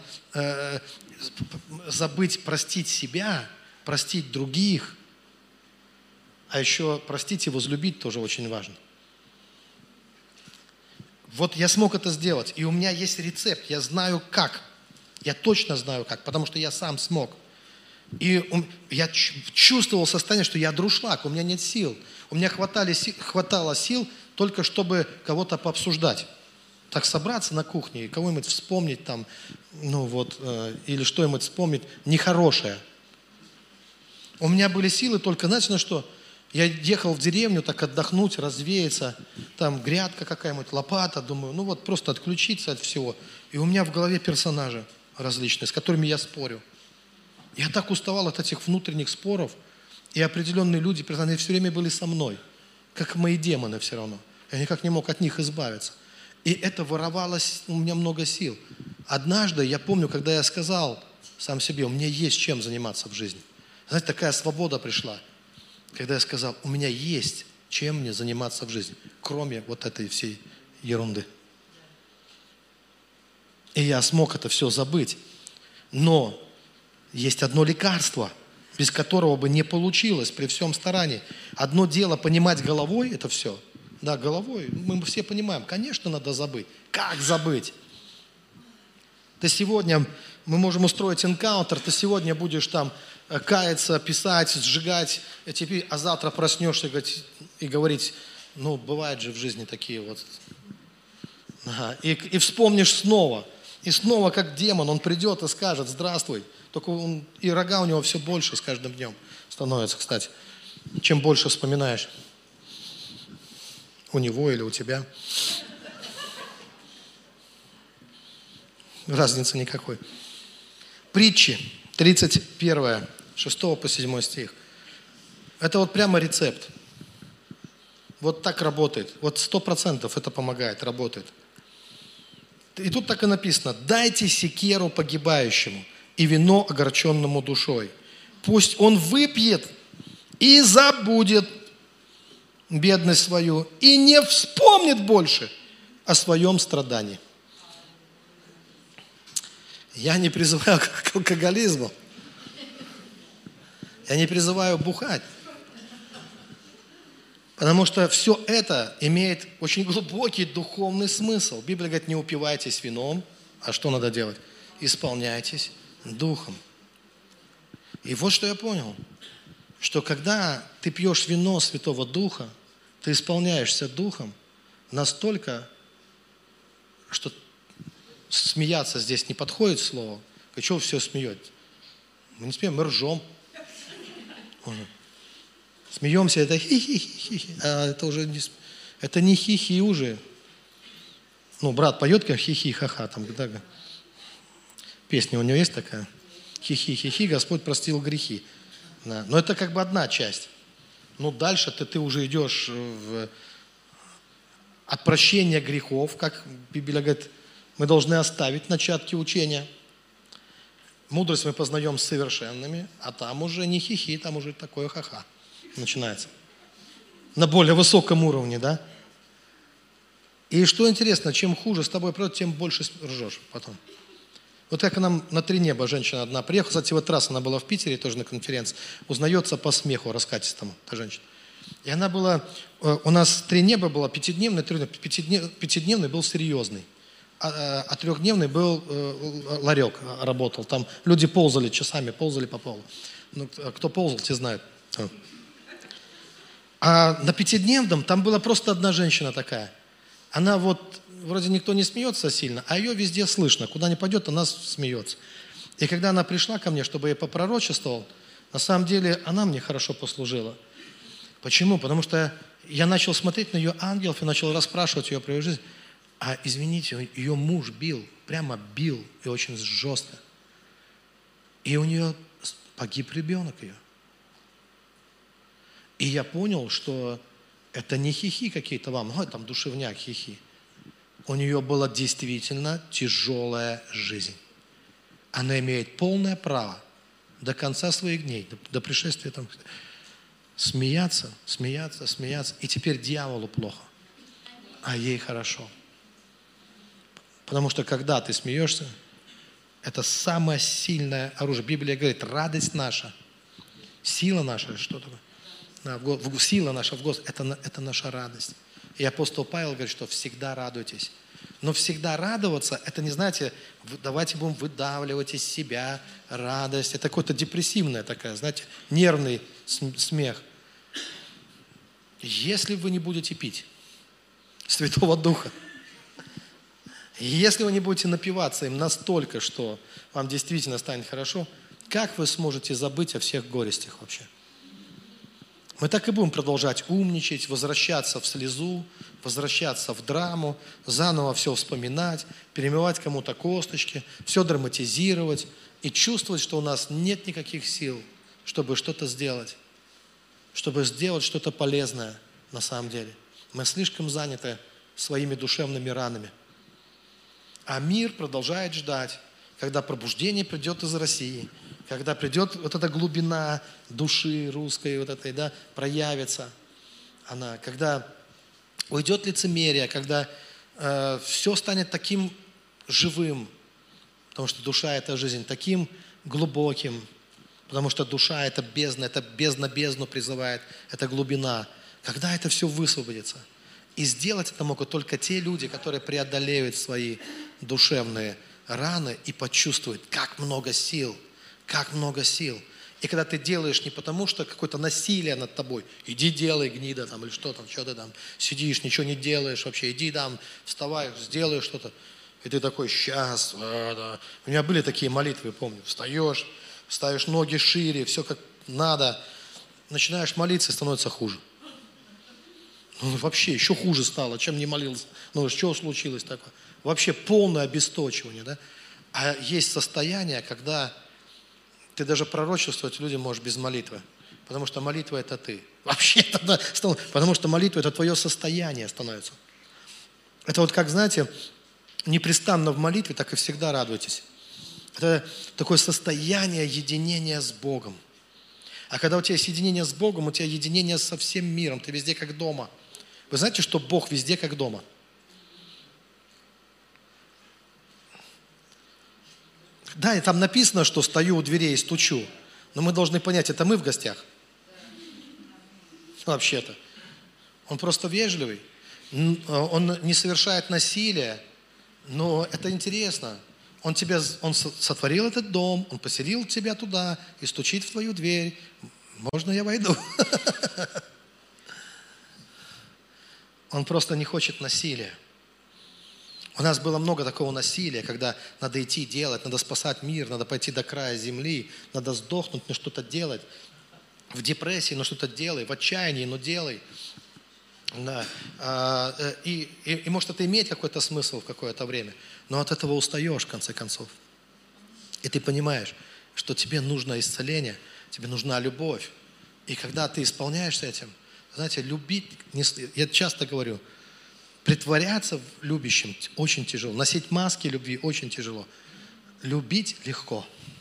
забыть, простить себя, простить других, а еще простить и возлюбить тоже очень важно. Вот я смог это сделать, и у меня есть рецепт, я знаю как, я точно знаю как, потому что я сам смог. И я чувствовал состояние, что я друшлак, у меня нет сил. У меня хватало сил только чтобы кого-то пообсуждать. Так собраться на кухне и кого-нибудь вспомнить там, или что-нибудь вспомнить нехорошее. У меня были силы только, знаете, на что? Я ехал в деревню так отдохнуть, развеяться, там грядка какая-нибудь, лопата, думаю, просто отключиться от всего. И у меня в голове персонажи различные, с которыми я спорю. Я так уставал от этих внутренних споров, и определенные люди, персонажи, все время были со мной, как мои демоны все равно. Я никак не мог от них избавиться. И это воровало у меня много сил. Однажды, я помню, когда я сказал сам себе, у меня есть чем заниматься в жизни. Знаете, такая свобода пришла, когда я сказал, у меня есть чем мне заниматься в жизни, кроме вот этой всей ерунды. И я смог это все забыть. Но есть одно лекарство, без которого бы не получилось при всем старании. Одно дело понимать головой это все. Да, головой. Мы все понимаем, конечно, надо забыть. Как забыть? Ты сегодня, мы можем устроить энкаунтер, ты сегодня будешь там каяться, писать, сжигать, а завтра проснешься и говорить, бывают же в жизни такие вот. Ага. И вспомнишь снова. И снова, как демон, он придет и скажет, здравствуй, Только и рога у него все больше с каждым днем становится, кстати. Чем больше вспоминаешь. У него или у тебя. Разницы никакой. Притчи, 31, 6 по 7 стих. Это вот прямо рецепт. Вот так работает. Вот 100% это помогает, работает. И тут так и написано. «Дайте секеру погибающему и вино огорченному душой. Пусть он выпьет и забудет бедность свою и не вспомнит больше о своем страдании». Я не призываю к алкоголизму. Я не призываю бухать. Потому что все это имеет очень глубокий духовный смысл. Библия говорит, не упивайтесь вином. А что надо делать? Исполняйтесь духом. И вот что я понял. Что когда ты пьешь вино Святого Духа, ты исполняешься духом настолько, что смеяться здесь не подходит слово. А чего вы все смеетесь? Мы не смеем, мы ржем. Смеемся, это хи-хи-хи-хи. А это уже не хи-хи уже. Ну, брат поет как хи-хи-ха-ха. Там, да, песня у него есть такая. Хи-хи-хи-хи, Господь простил грехи. Да. Но это как бы одна часть. Но дальше ты уже идешь от прощения грехов, как Библия говорит, мы должны оставить начатки учения. Мудрость мы познаем совершенными, а там уже не хихи, там уже такое ха-ха начинается. На более высоком уровне, да? И что интересно, чем хуже с тобой пройдет, тем больше ржешь потом. Вот как нам на 3 неба женщина одна приехала, кстати, вот раз она была в Питере, тоже на конференции, узнается по смеху раскатистому, та женщина. И она была, у нас 3 неба было, 5-дневный, 5-дневный был серьезный. А 3-дневный был ларек, работал. Там люди ползали часами, ползали по полу. Ну, кто ползал, те знают. А на 5-дневном там была просто одна женщина такая. Она вот, вроде никто не смеется сильно, а ее везде слышно. Куда ни пойдет, она смеется. И когда она пришла ко мне, чтобы я попророчествовал, на самом деле она мне хорошо послужила. Почему? Потому что я начал смотреть на ее ангелов и начал расспрашивать ее про ее жизнь. А, извините, ее муж бил, прямо бил, и очень жестко. И у нее погиб ребенок ее. И я понял, что это не хихи какие-то вам, ой, там душевняк, хихи. У нее была действительно тяжелая жизнь. Она имеет полное право до конца своих дней, до пришествия там, смеяться. И теперь дьяволу плохо, а ей хорошо. Потому что когда ты смеешься, это самое сильное оружие. Библия говорит, радость наша, сила наша, что такое? Сила наша в Господе, это наша радость. И апостол Павел говорит, что всегда радуйтесь. Но всегда радоваться, это не, знаете, давайте будем выдавливать из себя радость. Это какое-то депрессивное такая, знаете, нервный смех. Если вы не будете пить Святого Духа, если вы не будете напиваться им настолько, что вам действительно станет хорошо, как вы сможете забыть о всех горестях вообще? Мы так и будем продолжать умничать, возвращаться в слезу, возвращаться в драму, заново все вспоминать, перемывать кому-то косточки, все драматизировать и чувствовать, что у нас нет никаких сил, чтобы что-то сделать, чтобы сделать что-то полезное на самом деле. Мы слишком заняты своими душевными ранами. А мир продолжает ждать, когда пробуждение придет из России, когда придет вот эта глубина души русской, вот этой, да, проявится она, когда уйдет лицемерие, когда все станет таким живым, потому что душа – это жизнь, таким глубоким, потому что душа – это бездна бездну призывает, это глубина. Когда это все высвободится? И сделать это могут только те люди, которые преодолеют свои душевные раны и почувствуют, как много сил. Как много сил. И когда ты делаешь не потому, что какое-то насилие над тобой, иди делай, гнида, там, или что там, что ты там, сидишь, ничего не делаешь вообще, иди там, вставай, сделай что-то. И ты такой, сейчас. Да. У меня были такие молитвы, помню. Встаешь, ставишь ноги шире, все как надо. Начинаешь молиться, и становится хуже. Ну, вообще, еще хуже стало, чем не молился. Ну, что случилось такое? Вообще полное обесточивание, да? А есть состояние, когда ты даже пророчествовать людям можешь без молитвы. Потому что молитва – это ты. Вообще тогда, потому что молитва – это твое состояние становится. Это вот как, знаете, непрестанно в молитве, так и всегда радуйтесь. Это такое состояние единения с Богом. А когда у тебя есть единение с Богом, у тебя единение со всем миром, ты везде как дома. Вы знаете, что Бог везде как дома? Да, и там написано, что стою у дверей и стучу. Но мы должны понять, это мы в гостях. Вообще-то. Он просто вежливый. Он не совершает насилия. Но это интересно. Он сотворил этот дом, он поселил тебя туда и стучит в твою дверь. Можно я войду? Он просто не хочет насилия. У нас было много такого насилия, когда надо идти делать, надо спасать мир, надо пойти до края земли, надо сдохнуть, но что-то делать. В депрессии, но что-то делай, в отчаянии, но делай. Да. И может это иметь какой-то смысл в какое-то время, но от этого устаешь в конце концов. И ты понимаешь, что тебе нужно исцеление, тебе нужна любовь. И когда ты исполняешься этим, знаете, любить, я часто говорю, притворяться любящим очень тяжело, носить маски любви очень тяжело. Любить легко.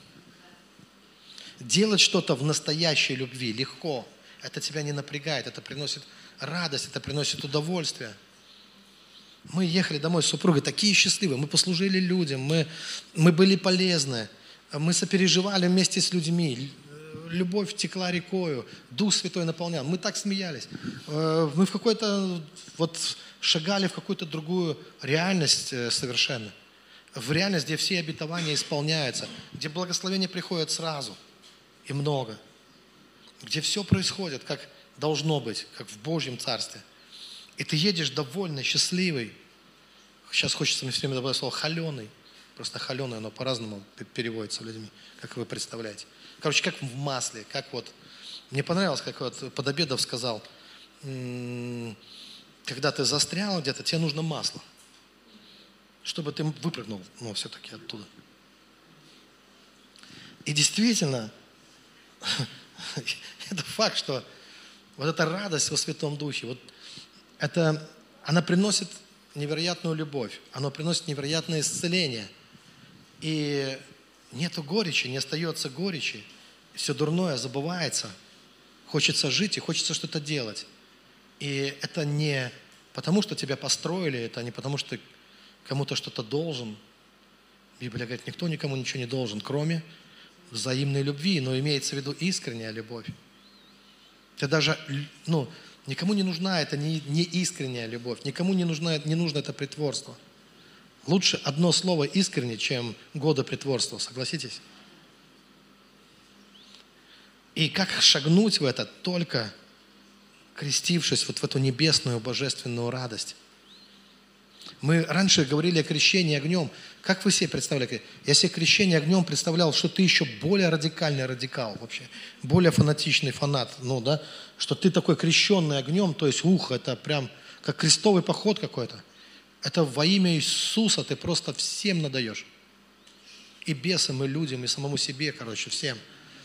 Делать что-то в настоящей любви легко. Это тебя не напрягает, это приносит радость, это приносит удовольствие. Мы ехали домой с супругой, такие счастливые, мы послужили людям, мы были полезны, мы сопереживали вместе с людьми, любовь текла рекою, Дух Святой наполнял, мы так смеялись. Мы в какой-то, шагали в какую-то другую реальность совершенно. В реальность, где все обетования исполняются, где благословение приходит сразу и много, где все происходит, как должно быть, как в Божьем Царстве. И ты едешь довольный, счастливый. Сейчас хочется мне все время добавить слово «холеный». Просто «холеный», оно по-разному переводится людьми, как вы представляете. Короче, как в масле, как вот... Мне понравилось, как вот Подобедов сказал, когда ты застрял где-то, тебе нужно масло, чтобы ты выпрыгнул, все-таки оттуда. И действительно, это факт, что вот эта радость во Святом Духе, она приносит невероятную любовь, она приносит невероятное исцеление. И нету горечи, не остается горечи. Все дурное забывается. Хочется жить и хочется что-то делать. И это не потому, что тебя построили, это не потому, что ты кому-то что-то должен. Библия говорит, никто никому ничего не должен, кроме взаимной любви, но имеется в виду искренняя любовь. Ты даже, никому не нужна эта не искренняя любовь, никому не нужно это притворство. Лучше одно слово искренне, чем годы притворства, согласитесь? И как шагнуть в это, только крестившись вот в эту небесную божественную радость. Мы раньше говорили о крещении огнем. Как вы себе представляли? Я себе крещение огнем представлял, что ты еще более радикальный радикал вообще, более фанатичный фанат, что ты такой крещенный огнем, то есть это прям как крестовый поход какой-то. Это во имя Иисуса ты просто всем надаешь. И бесам, и людям, и самому себе, всем.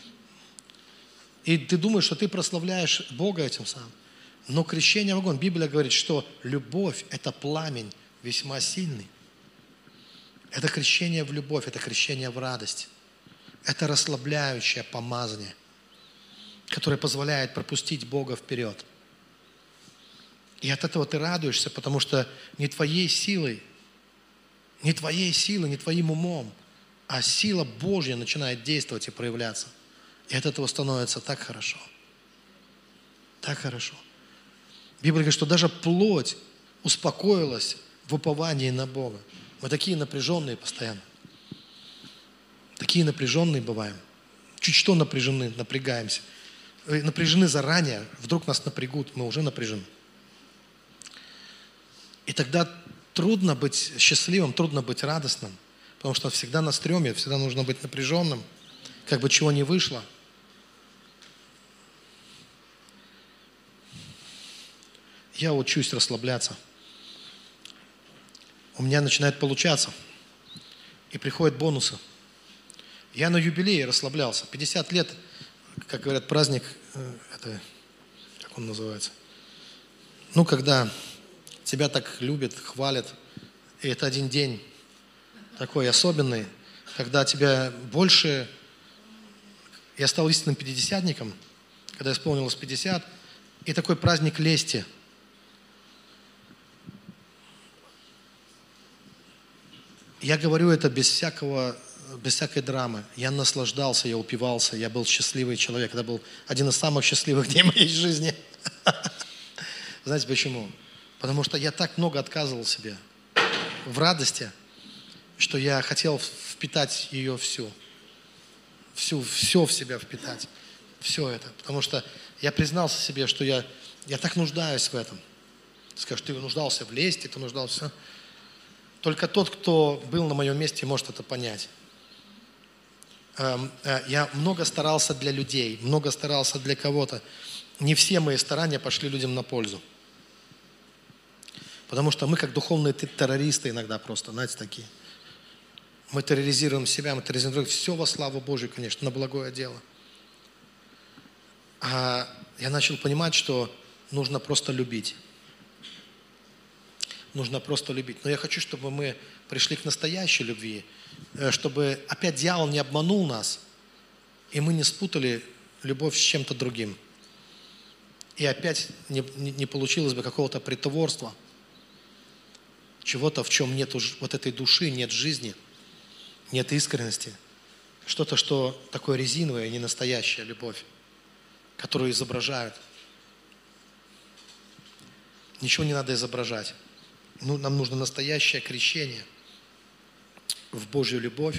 И ты думаешь, что ты прославляешь Бога этим самым. Но крещение в огонь, Библия говорит, что любовь – это пламень весьма сильный. Это крещение в любовь, это крещение в радость. Это расслабляющее помазание, которое позволяет пропустить Бога вперед. И от этого ты радуешься, потому что не твоей силой, не твоим умом, а сила Божья начинает действовать и проявляться. И от этого становится так хорошо. Так хорошо. Библия говорит, что даже плоть успокоилась в уповании на Бога. Мы такие напряженные постоянно. Такие напряженные бываем. Чуть что напряжены, напрягаемся. Напряжены заранее, вдруг нас напрягут, мы уже напряжены. И тогда трудно быть счастливым, трудно быть радостным, потому что всегда на стреме, всегда нужно быть напряженным, как бы чего не вышло. Я учусь расслабляться. У меня начинает получаться. И приходят бонусы. Я на юбилее расслаблялся. 50 лет, как говорят, праздник, это, как он называется? Ну, когда тебя так любят, хвалят, и это один день такой особенный, когда тебя больше... Я стал истинным пятидесятником, когда исполнилось 50, и такой праздник лести. Я говорю это без всякой драмы. Я наслаждался, я упивался, я был счастливый человек. Это был один из самых счастливых дней моей жизни. Знаете почему? Потому что я так много отказывал себе в радости, что я хотел впитать ее всю. Все в себя впитать. Все это. Потому что я признался себе, что я так нуждаюсь в этом. Ты скажешь, ты нуждался в лести, ты нуждался... Только тот, кто был на моем месте, может это понять. Я много старался для людей, много старался для кого-то. Не все мои старания пошли людям на пользу. Потому что мы как духовные террористы иногда просто, знаете, такие. Мы терроризируем себя, мы терроризируем других. Все во славу Божию, конечно, на благое дело. А я начал понимать, что нужно просто любить. Нужно просто любить. Но я хочу, чтобы мы пришли к настоящей любви, чтобы опять дьявол не обманул нас, и мы не спутали любовь с чем-то другим. И опять не получилось бы какого-то притворства, чего-то, в чем нет вот этой души, нет жизни, нет искренности. Что-то, что такое резиновое, не настоящая любовь, которую изображают. Ничего не надо изображать. Нам нужно настоящее крещение в Божью любовь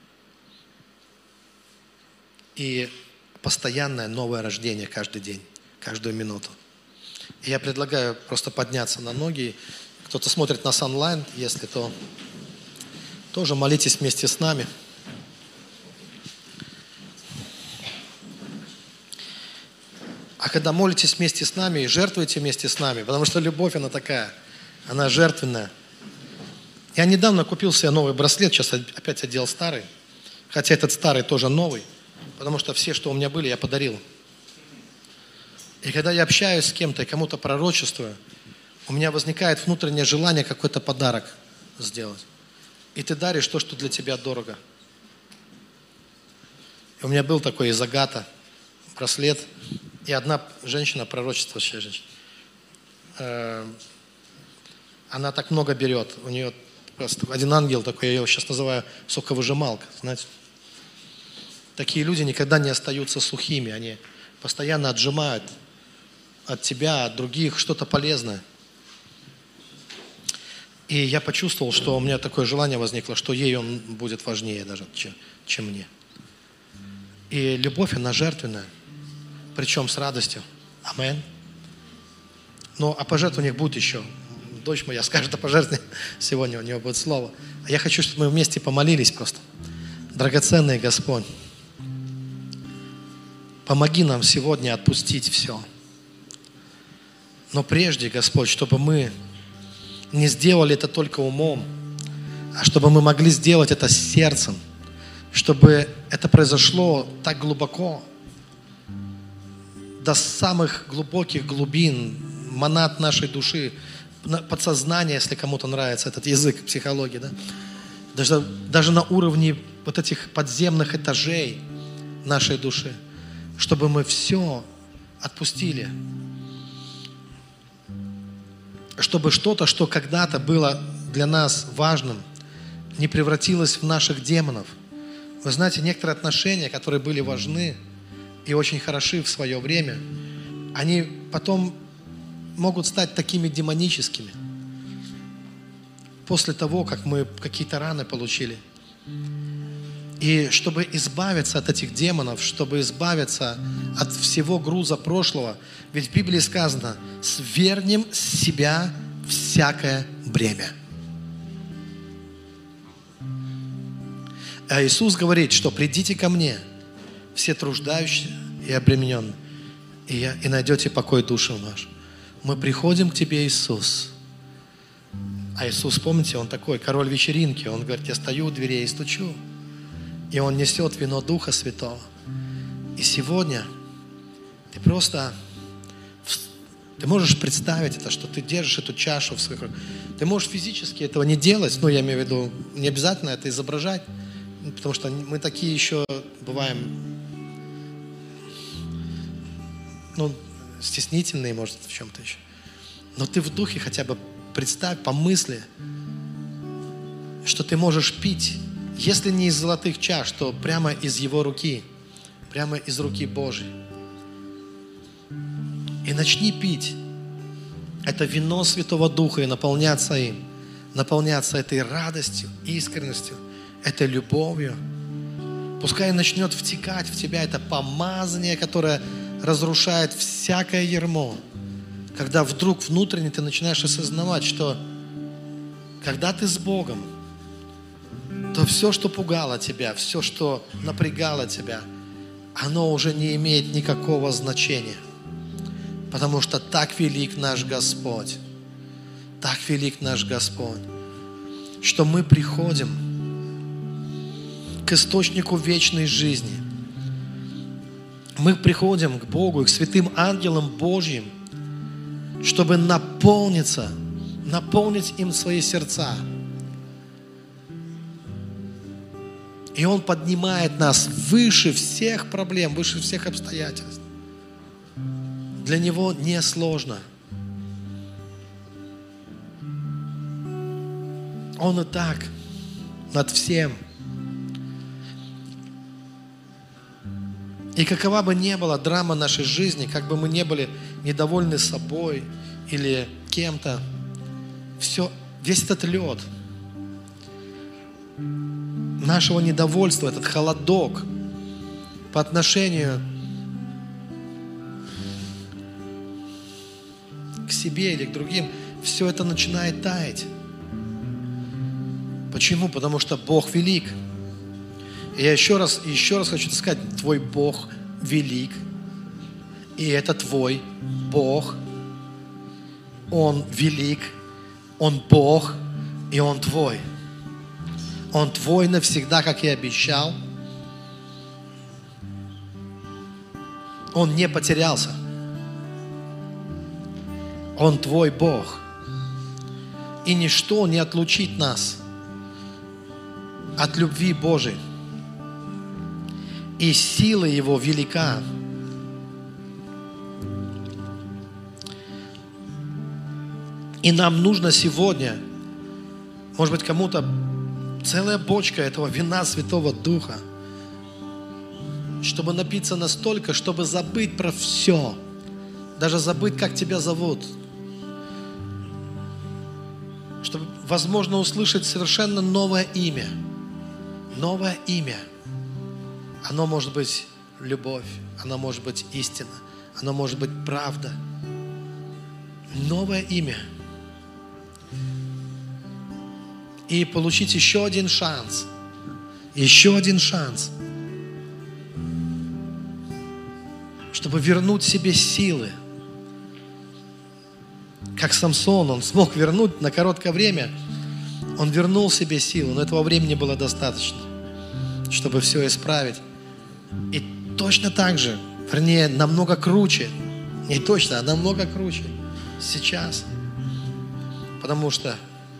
и постоянное новое рождение каждый день, каждую минуту. И я предлагаю просто подняться на ноги. Кто-то смотрит нас онлайн, если то тоже молитесь вместе с нами. А когда молитесь вместе с нами и жертвуете вместе с нами, потому что любовь, она такая, она жертвенная. Я недавно купил себе новый браслет, сейчас опять одел старый. Хотя этот старый тоже новый, потому что все, что у меня были, я подарил. И когда я общаюсь с кем-то и кому-то пророчествую, у меня возникает внутреннее желание какой-то подарок сделать. И ты даришь то, что для тебя дорого. И у меня был такой из агата браслет, и одна женщина, пророчествующая женщина, она так много берет. У нее просто один ангел такой, я его сейчас называю соковыжималка, знаете. Такие люди никогда не остаются сухими, они постоянно отжимают от тебя, от других что-то полезное. И я почувствовал, что у меня такое желание возникло, что ей он будет важнее даже, чем мне. И любовь, она жертвенная, причем с радостью. Аминь. Ну, о пожертвованиях будет еще. Дочь моя скажет о пожертвовании. Сегодня у нее будет слово. А я хочу, чтобы мы вместе помолились просто. Драгоценный Господь, помоги нам сегодня отпустить все. Но прежде, Господь, чтобы мы не сделали это только умом, а чтобы мы могли сделать это сердцем, чтобы это произошло так глубоко, до самых глубоких глубин, монад нашей души, подсознание, если кому-то нравится этот язык психологии, да? Даже на уровне вот этих подземных этажей нашей души, чтобы мы все отпустили. Чтобы что-то, что когда-то было для нас важным, не превратилось в наших демонов. Вы знаете, некоторые отношения, которые были важны и очень хороши в свое время, они потом могут стать такими демоническими. После того, как мы какие-то раны получили. И чтобы избавиться от этих демонов, чтобы избавиться от всего груза прошлого, ведь в Библии сказано: «Свернем с себя всякое бремя». А Иисус говорит, что придите ко мне, все труждающие и обремененные, и найдете покой душам вашим. Мы приходим к тебе, Иисус. А Иисус, помните, Он такой, король вечеринки. Он говорит, я стою у дверей и стучу. И Он несет вино Духа Святого. И сегодня ты просто... Ты можешь представить это, что ты держишь эту чашу в своих руках. Ты можешь физически этого не делать, я имею в виду, не обязательно это изображать, потому что мы такие еще бываем, стеснительные, может, в чем-то еще. Но ты в духе хотя бы представь, помысли, что ты можешь пить, если не из золотых чаш, то прямо из Его руки, прямо из руки Божьей. И начни пить это вино Святого Духа и наполняться им, наполняться этой радостью, искренностью, этой любовью. Пускай начнет втекать в тебя это помазание, которое разрушает всякое ярмо. Когда вдруг внутренне ты начинаешь осознавать, что когда ты с Богом, то все, что пугало тебя, все, что напрягало тебя, оно уже не имеет никакого значения. Потому что так велик наш Господь, так велик наш Господь, что мы приходим к источнику вечной жизни. Мы приходим к Богу и к святым ангелам Божьим, чтобы наполнить им свои сердца. И Он поднимает нас выше всех проблем, выше всех обстоятельств. Для Него не сложно. Он и так над всем. И какова бы ни была драма нашей жизни, как бы мы ни были недовольны собой или кем-то, весь этот лед нашего недовольства, этот холодок по отношению к себе или к другим, все это начинает таять. Почему? Потому что Бог велик. И я еще раз хочу сказать, твой Бог велик. И это твой Бог. Он велик, Он Бог, и Он твой. Он твой навсегда, как и обещал. Он не потерялся. Он твой Бог. И ничто не отлучит нас от любви Божией. И сила Его велика. И нам нужно сегодня, может быть, кому-то целая бочка этого вина Святого Духа, чтобы напиться настолько, чтобы забыть про все, даже забыть, как тебя зовут, чтобы, возможно, услышать совершенно новое имя. Новое имя. Оно может быть любовь, оно может быть истина, оно может быть правда. Новое имя. И получить еще один шанс. Еще один шанс. Чтобы вернуть себе силы. Как Самсон, он смог вернуть на короткое время. Он вернул себе силу, но этого времени было достаточно, чтобы все исправить. И точно так же, вернее, намного круче. Не точно, а намного круче. Сейчас. Потому что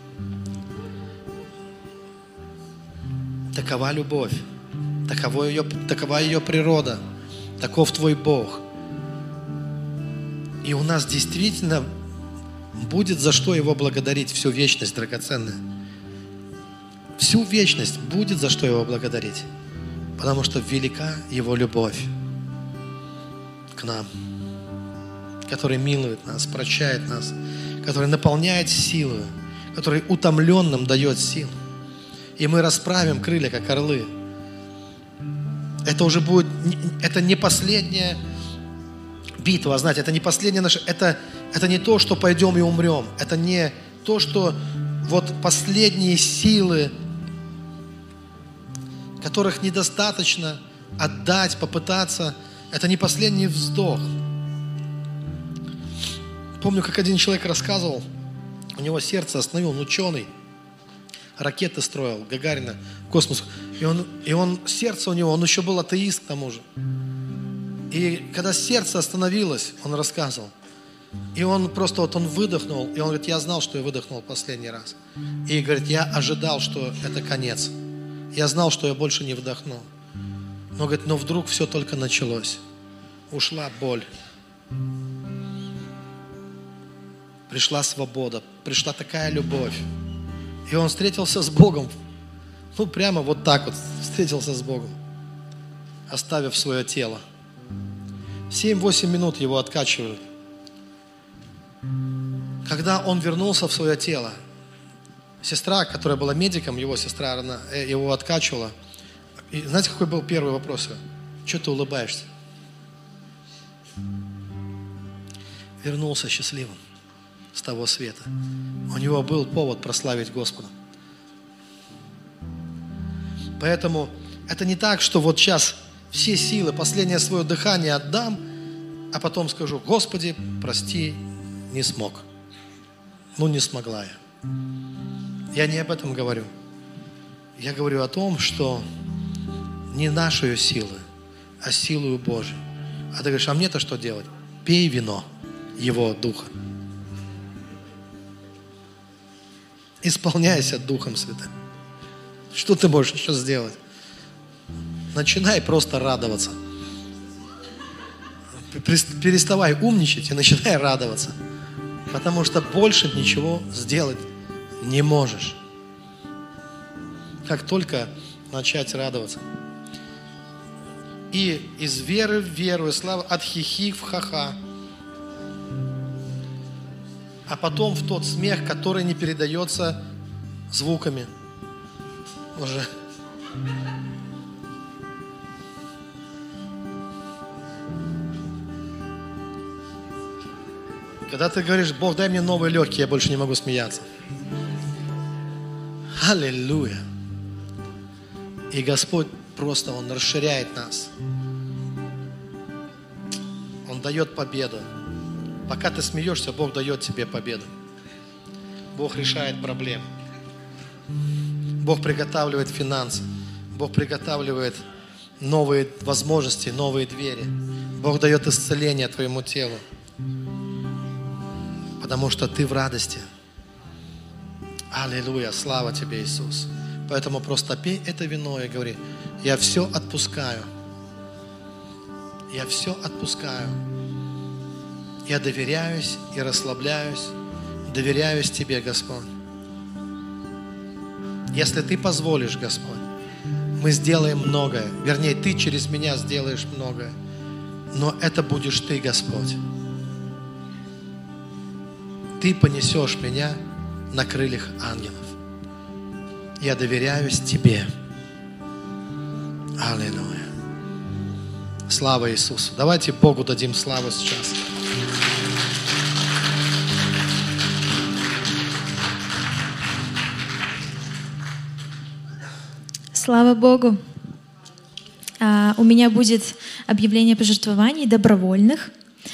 такова любовь, такова ее природа, таков твой Бог. И у нас действительно будет за что Его благодарить всю вечность драгоценная. Всю вечность будет за что Его благодарить. Потому что велика Его любовь к нам, который милует нас, прощает нас, который наполняет силой, который утомленным дает силу. И мы расправим крылья, как орлы. Это уже будет, это не последняя битва, знаете, это не последняя наша, это не то, что пойдем и умрем. Это не то, что вот последние силы которых недостаточно отдать, попытаться. Это не последний вздох. Помню, как один человек рассказывал, у него сердце остановил, он ученый, ракеты строил, Гагарина, космос. И он, сердце у него, он еще был атеист к тому же. И когда сердце остановилось, он рассказывал, и он просто он выдохнул, и он говорит, я знал, что я выдохнул последний раз. И говорит, я ожидал, что это конец. Я знал, что я больше не вдохну. Но, говорит, но вдруг все только началось. Ушла боль. Пришла свобода, пришла такая любовь. И он встретился с Богом. Ну, прямо вот так вот встретился с Богом, оставив свое тело. 7-8 минут его откачивают. Когда он вернулся в свое тело, сестра, которая была медиком, его сестра, она его откачивала. И знаете, какой был первый вопрос? Чего ты улыбаешься? Вернулся счастливым с того света. У него был повод прославить Господа. Поэтому это не так, что вот сейчас все силы, последнее свое дыхание отдам, а потом скажу, Господи, прости, не смог. Ну, не смогла я. Я не об этом говорю. Я говорю о том, что не нашей силы, а силою Божией. А ты говоришь, а мне-то что делать? Пей вино Его Духа. Исполняйся Духом Святым. Что ты можешь еще сделать? Начинай просто радоваться. Переставай умничать и начинай радоваться. Потому что больше ничего сделать не можешь. Как только начать радоваться. И из веры в веру, и слава от хихи в ха-ха. А потом в тот смех, который не передается звуками. Уже. Когда ты говоришь, Бог, дай мне новые легкие, я больше не могу смеяться. Аллилуйя. И Господь просто, Он расширяет нас. Он дает победу. Пока ты смеешься, Бог дает тебе победу. Бог решает проблемы. Бог приготавливает финансы. Бог приготавливает новые возможности, новые двери. Бог дает исцеление твоему телу. Потому что ты в радости. Аллилуйя, слава тебе, Иисус. Поэтому просто пей это вино и говори, я все отпускаю. Я все отпускаю. Я доверяюсь и расслабляюсь. Доверяюсь Тебе, Господь. Если Ты позволишь, Господь, мы сделаем многое. Вернее, Ты через меня сделаешь многое. Но это будешь Ты, Господь. Ты понесешь меня на крыльях ангелов. Я доверяюсь Тебе. Аллилуйя. Слава Иисусу. Давайте Богу дадим славу сейчас.
Слава Богу. У меня будет объявление пожертвований добровольных.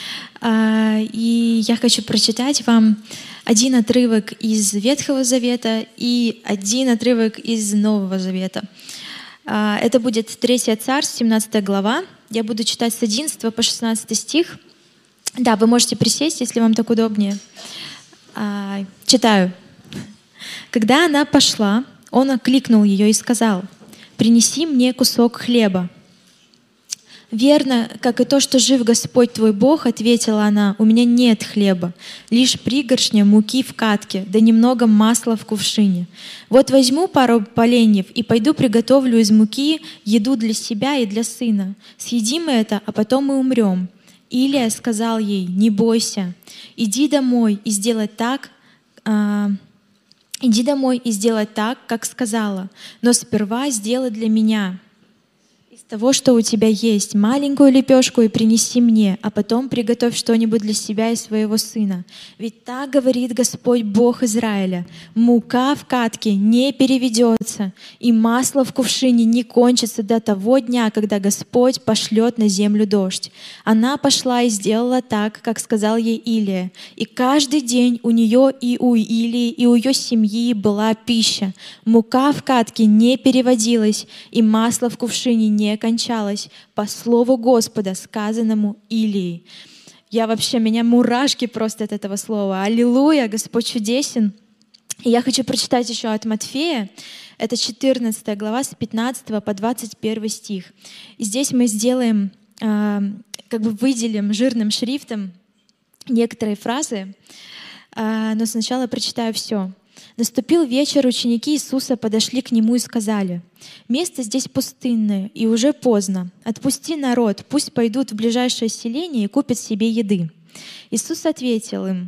И я хочу прочитать вам один отрывок из Ветхого Завета и один отрывок из Нового Завета. Это будет 3 Царств, 17 глава. Я буду читать с 11 по 16 стих. Да, вы можете присесть, если вам так удобнее. Читаю. «Когда она пошла, он окликнул ее и сказал: „Принеси мне кусок хлеба“. „Верно, как и то, что жив Господь твой Бог“, ответила она, „у меня нет хлеба, лишь пригоршня муки в катке, да немного масла в кувшине. Вот возьму пару поленьев и пойду приготовлю из муки еду для себя и для сына. Съедим это, а потом мы умрем“. Илия сказал ей: „Не бойся, иди домой и сделай так, как сказала, но сперва сделай для меня“. Из того, что у тебя есть, маленькую лепешку и принеси мне, а потом приготовь что-нибудь для себя и своего сына. Ведь так говорит Господь Бог Израиля: мука в катке не переведется, и масло в кувшине не кончится до того дня, когда Господь пошлет на землю дождь. Она пошла и сделала так, как сказал ей Илия. И каждый день у нее и у Илии, и у ее семьи была пища. Мука в катке не переводилась, и масло в кувшине не кончалось, по слову Господа, сказанному Илии. Меня мурашки просто от этого слова. Аллилуйя, Господь чудесен. И я хочу прочитать еще от Матфея. Это 14 глава с 15 по 21 стих. И здесь мы сделаем, выделим жирным шрифтом некоторые фразы, но сначала прочитаю все. «Наступил вечер, ученики Иисуса подошли к Нему и сказали: „Место здесь пустынное, и уже поздно. Отпусти народ, пусть пойдут в ближайшее селение и купят себе еды“. Иисус ответил им: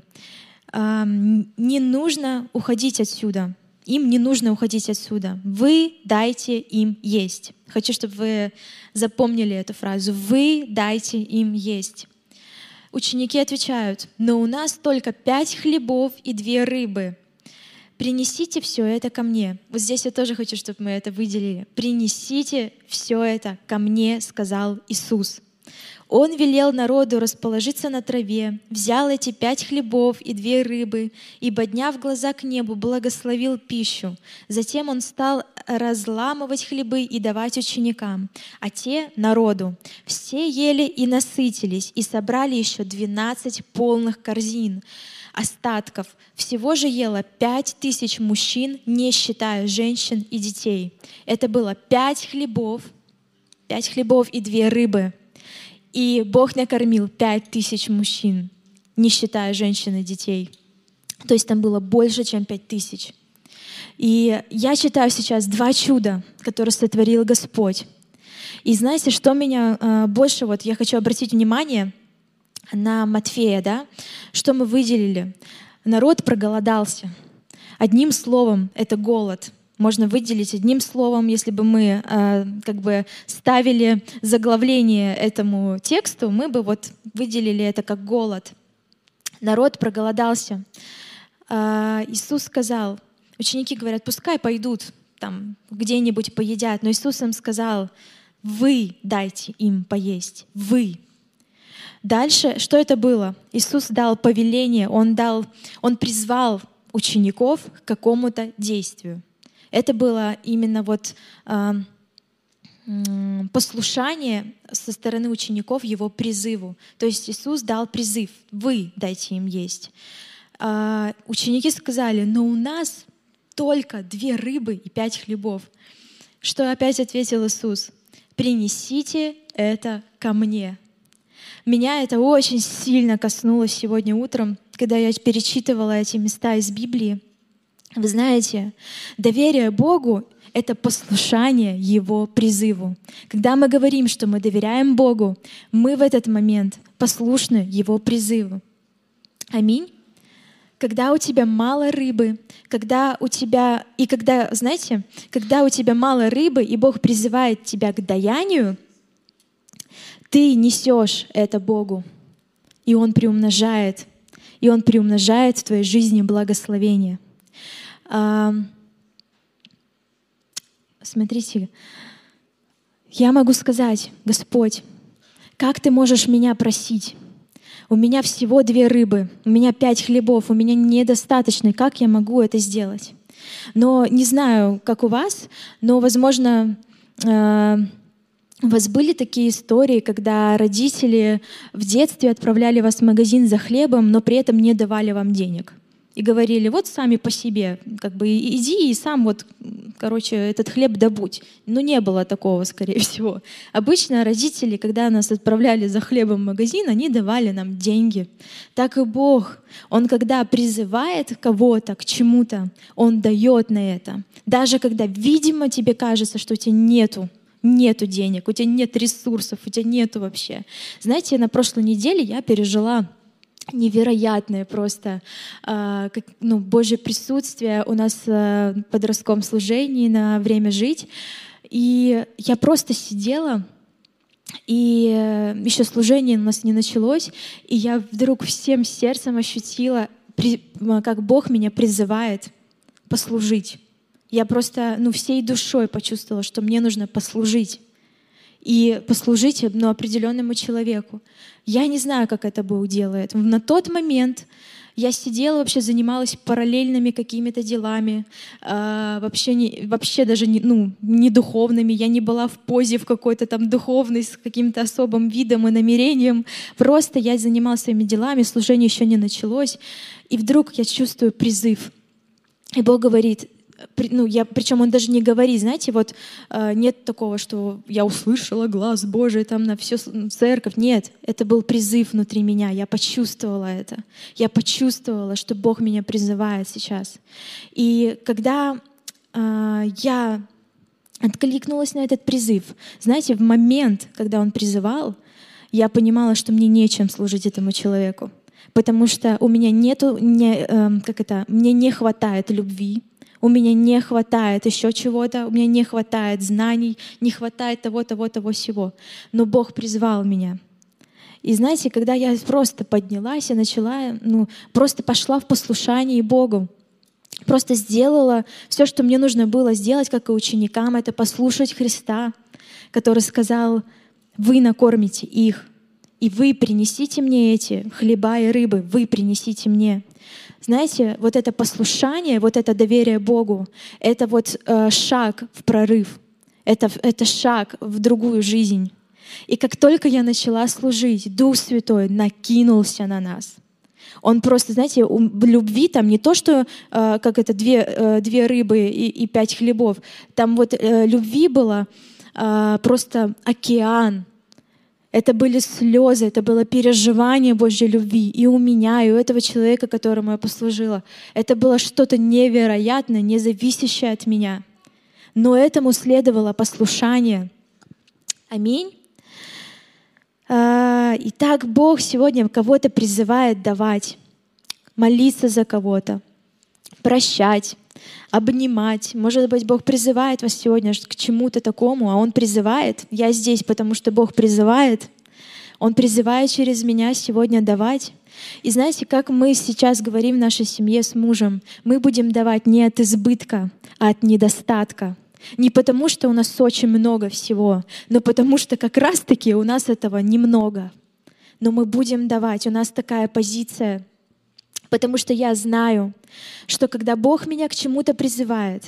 „Не нужно уходить отсюда. Им не нужно уходить отсюда. Вы дайте им есть“». Хочу, чтобы вы запомнили эту фразу. «Вы дайте им есть». Ученики отвечают: „Но у нас только 5 хлебов и 2 рыбы. Принесите все это ко мне». Вот здесь я тоже хочу, чтобы мы это выделили. «Принесите все это ко мне», — сказал Иисус. Он велел народу расположиться на траве, взял эти 5 хлебов и 2 рыбы и, подняв глаза к небу, благословил пищу. Затем он стал разламывать хлебы и давать ученикам, а те — народу. Все ели и насытились, и собрали еще 12 полных корзин остатков. Всего же ело 5000 мужчин, не считая женщин и детей. Это было 5 хлебов и 2 рыбы. И Бог накормил 5000 мужчин, не считая женщин и детей. То есть там было больше, чем 5000. И я читаю сейчас 2 чуда, которые сотворил Господь. И знаете, что меня больше, я хочу обратить внимание на Матфея, да? Что мы выделили? Народ проголодался. Одним словом, это голод. Можно выделить одним словом, если бы мы ставили заглавление этому тексту, мы бы выделили это как голод. Народ проголодался. Иисус сказал, ученики говорят: пускай пойдут там где-нибудь поедят, но Иисус им сказал: вы дайте им поесть, вы. Дальше, что это было? Иисус дал повеление, Он призвал учеников к какому-то действию. Это было именно послушание со стороны учеников Его призыву. То есть Иисус дал призыв: вы дайте им есть. Ученики сказали: но у нас только 2 рыбы и 5 хлебов. Что опять ответил Иисус? Принесите это ко мне. Меня это очень сильно коснулось сегодня утром, когда я перечитывала эти места из Библии. Вы знаете, доверие Богу — это послушание Его призыву. Когда мы говорим, что мы доверяем Богу, мы в этот момент послушны Его призыву. Аминь. Когда у тебя мало рыбы, когда у тебя мало рыбы, и Бог призывает тебя к даянию, ты несешь это Богу, и Он приумножает в твоей жизни благословение. Смотрите, я могу сказать: Господь, как Ты можешь меня просить? У меня всего 2 рыбы, у меня 5 хлебов, у меня недостаточно. Как я могу это сделать? Но не знаю, как у вас, но, возможно, у вас были такие истории, когда родители в детстве отправляли вас в магазин за хлебом, но при этом не давали вам денег. И говорили: вот сами по себе, иди и сам этот хлеб добудь. Но не было такого, скорее всего. Обычно родители, когда нас отправляли за хлебом в магазин, они давали нам деньги. Так и Бог. Он, когда призывает кого-то к чему-то, Он дает на это. Даже когда, видимо, тебе кажется, что у тебя нету денег, у тебя нет ресурсов, у тебя нету вообще. Знаете, на прошлой неделе я пережила невероятное просто Божье присутствие у нас в подростковом служении на время жить. И я просто сидела, и еще служение у нас не началось, и я вдруг всем сердцем ощутила, как Бог меня призывает послужить. Я просто всей душой почувствовала, что мне нужно послужить. И послужить определенному человеку. Я не знаю, как это Бог делает. На тот момент я сидела, вообще занималась параллельными какими-то делами, вообще даже не духовными. Я не была в позе в какой-то там духовной с каким-то особым видом и намерением. Просто я занималась своими делами, служение еще не началось. И вдруг я чувствую призыв. И Бог говорит, причем Он даже не говорит, знаете, нет такого, что я услышала глаз Божий там на всю церковь. Нет, это был призыв внутри меня, я почувствовала это. Я почувствовала, что Бог меня призывает сейчас. И когда я откликнулась на этот призыв, знаете, в момент, когда Он призывал, я понимала, что мне нечем служить этому человеку, потому что у меня мне не хватает любви, у меня не хватает еще чего-то, у меня не хватает знаний, не хватает того, всего. Но Бог призвал меня. И знаете, когда я просто поднялась и начала, просто пошла в послушание Богу, просто сделала все, что мне нужно было сделать, как и ученикам, это послушать Христа, который сказал: «Вы накормите их, и вы принесите мне эти хлеба и рыбы, вы принесите мне». Знаете, это послушание, это доверие Богу, это шаг в прорыв, это шаг в другую жизнь. И как только я начала служить, Дух Святой накинулся на нас. Он просто, знаете, в любви там не то, что две рыбы и 5 хлебов, там любви было просто океан. Это были слезы, это было переживание Божьей любви и у меня, и у этого человека, которому я послужила. Это было что-то невероятное, не зависящее от меня. Но этому следовало послушание. Аминь. Итак, Бог сегодня кого-то призывает давать, молиться за кого-то, прощать, обнимать. Может быть, Бог призывает вас сегодня к чему-то такому, а Он призывает. Я здесь, потому что Бог призывает. Он призывает через меня сегодня давать. И знаете, как мы сейчас говорим в нашей семье с мужем, мы будем давать не от избытка, а от недостатка. Не потому, что у нас очень много всего, но потому что как раз-таки у нас этого немного. Но мы будем давать, у нас такая позиция. Потому что я знаю, что когда Бог меня к чему-то призывает,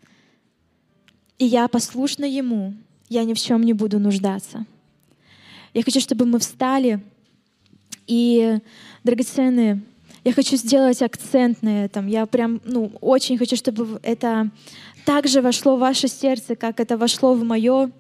и я послушна Ему, я ни в чем не буду нуждаться. Я хочу, чтобы мы встали, и, драгоценные, я хочу сделать акцент на этом. Я прям, очень хочу, чтобы это так же вошло в ваше сердце, как это вошло в мое.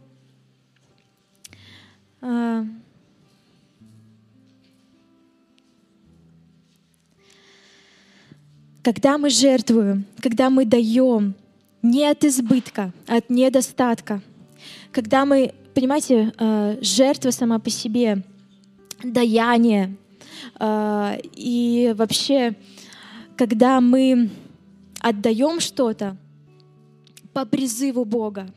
Когда мы жертвуем, когда мы даем не от избытка, а от недостатка, когда мы, понимаете, жертва сама по себе, даяние, и вообще, когда мы отдаем что-то по призыву Бога,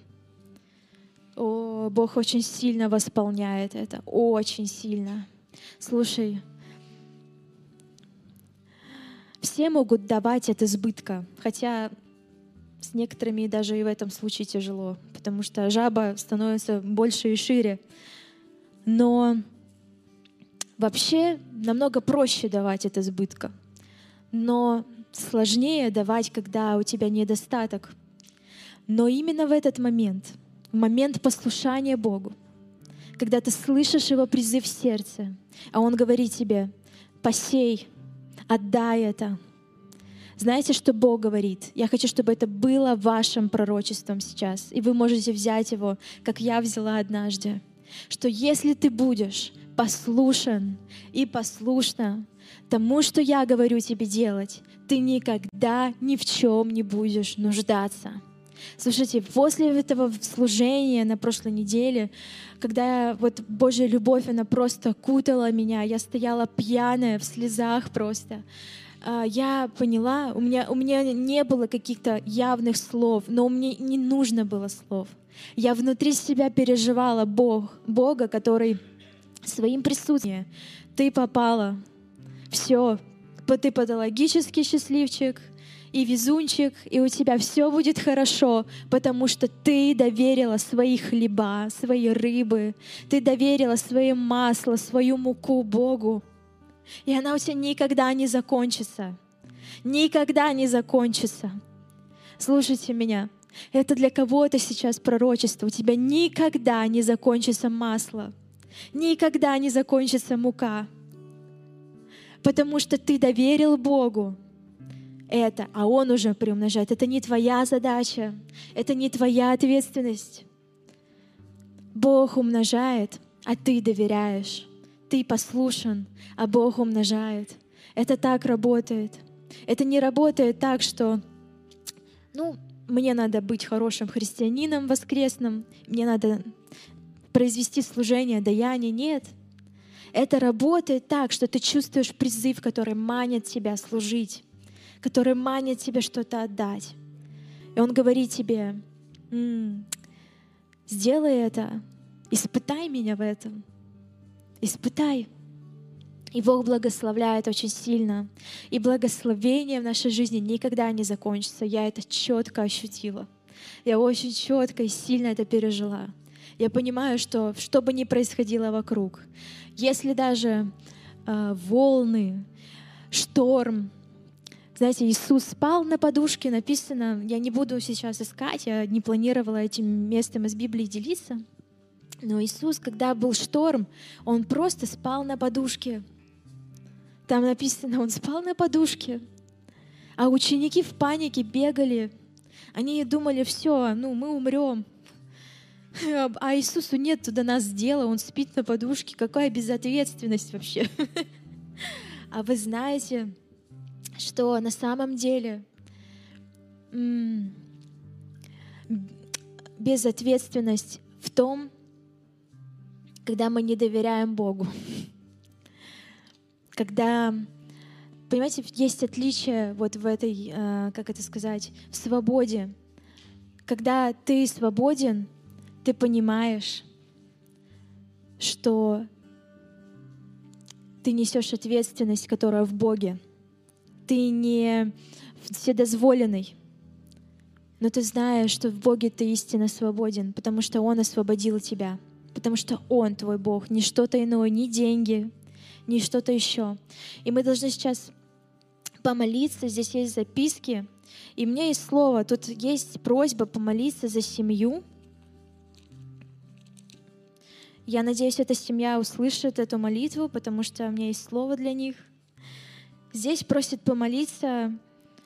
Бог очень сильно восполняет это, очень сильно. Слушай, все могут давать от избытка, хотя с некоторыми даже и в этом случае тяжело, потому что жаба становится больше и шире. Но вообще намного проще давать от избытка, но сложнее давать, когда у тебя недостаток. Но именно в этот момент, в момент послушания Богу, когда ты слышишь Его призыв в сердце, а Он говорит тебе: «Посей, отдай это». Знаете, что Бог говорит? Я хочу, чтобы это было вашим пророчеством сейчас. И вы можете взять его, как я взяла однажды. Что если ты будешь послушен и послушна тому, что я говорю тебе делать, ты никогда ни в чем не будешь нуждаться. Слушайте, после этого служения на прошлой неделе, когда Божья любовь, она просто кутала меня, я стояла пьяная, в слезах просто. я поняла, у меня не было каких-то явных слов, но мне не нужно было слов. Я внутри себя переживала Бога, который своим присутствием. Ты попала. Все. Ты патологический счастливчик и везунчик, и у тебя все будет хорошо, потому что ты доверила свои хлеба, свои рыбы, ты доверила свое масло, свою муку Богу. И она у тебя никогда не закончится. Никогда не закончится. Слушайте меня. Это для кого-то сейчас пророчество. У тебя никогда не закончится масло. Никогда не закончится мука. Потому что ты доверил Богу это, а Он уже приумножает. Это не твоя задача. Это не твоя ответственность. Бог умножает, а ты доверяешь. Ты послушен, а Бог умножает. Это так работает. Это не работает так, что, мне надо быть хорошим христианином воскресным, мне надо произвести служение, даяние. Нет. Это работает так, что ты чувствуешь призыв, который манит тебя служить, который манит тебя что-то отдать. И Он говорит тебе: сделай это, испытай меня в этом. Испытай. И Бог благословляет очень сильно. И благословение в нашей жизни никогда не закончится. Я это четко ощутила. Я очень четко и сильно это пережила. Я понимаю, что бы ни происходило вокруг, если даже волны, шторм, знаете, Иисус спал на подушке, написано, я не буду сейчас искать, я не планировала этим местом из Библии делиться, но Иисус, когда был шторм, Он просто спал на подушке. Там написано, Он спал на подушке. А ученики в панике бегали. Они думали, все, мы умрем. А Иисусу нет до нас дела, Он спит на подушке. Какая безответственность вообще. А вы знаете, что на самом деле безответственность в том, когда мы не доверяем Богу. Когда, понимаете, есть отличие вот в этой, в свободе. Когда ты свободен, ты понимаешь, что ты несешь ответственность, которая в Боге. Ты не вседозволенный, но ты знаешь, что в Боге ты истинно свободен, потому что Он освободил тебя. Потому что Он твой Бог, не что-то иное, не деньги, не что-то еще. И мы должны сейчас помолиться. Здесь есть записки. И у меня есть слово. Тут есть просьба помолиться за семью. Я надеюсь, эта семья услышит эту молитву, потому что у меня есть слово для них. Здесь просят помолиться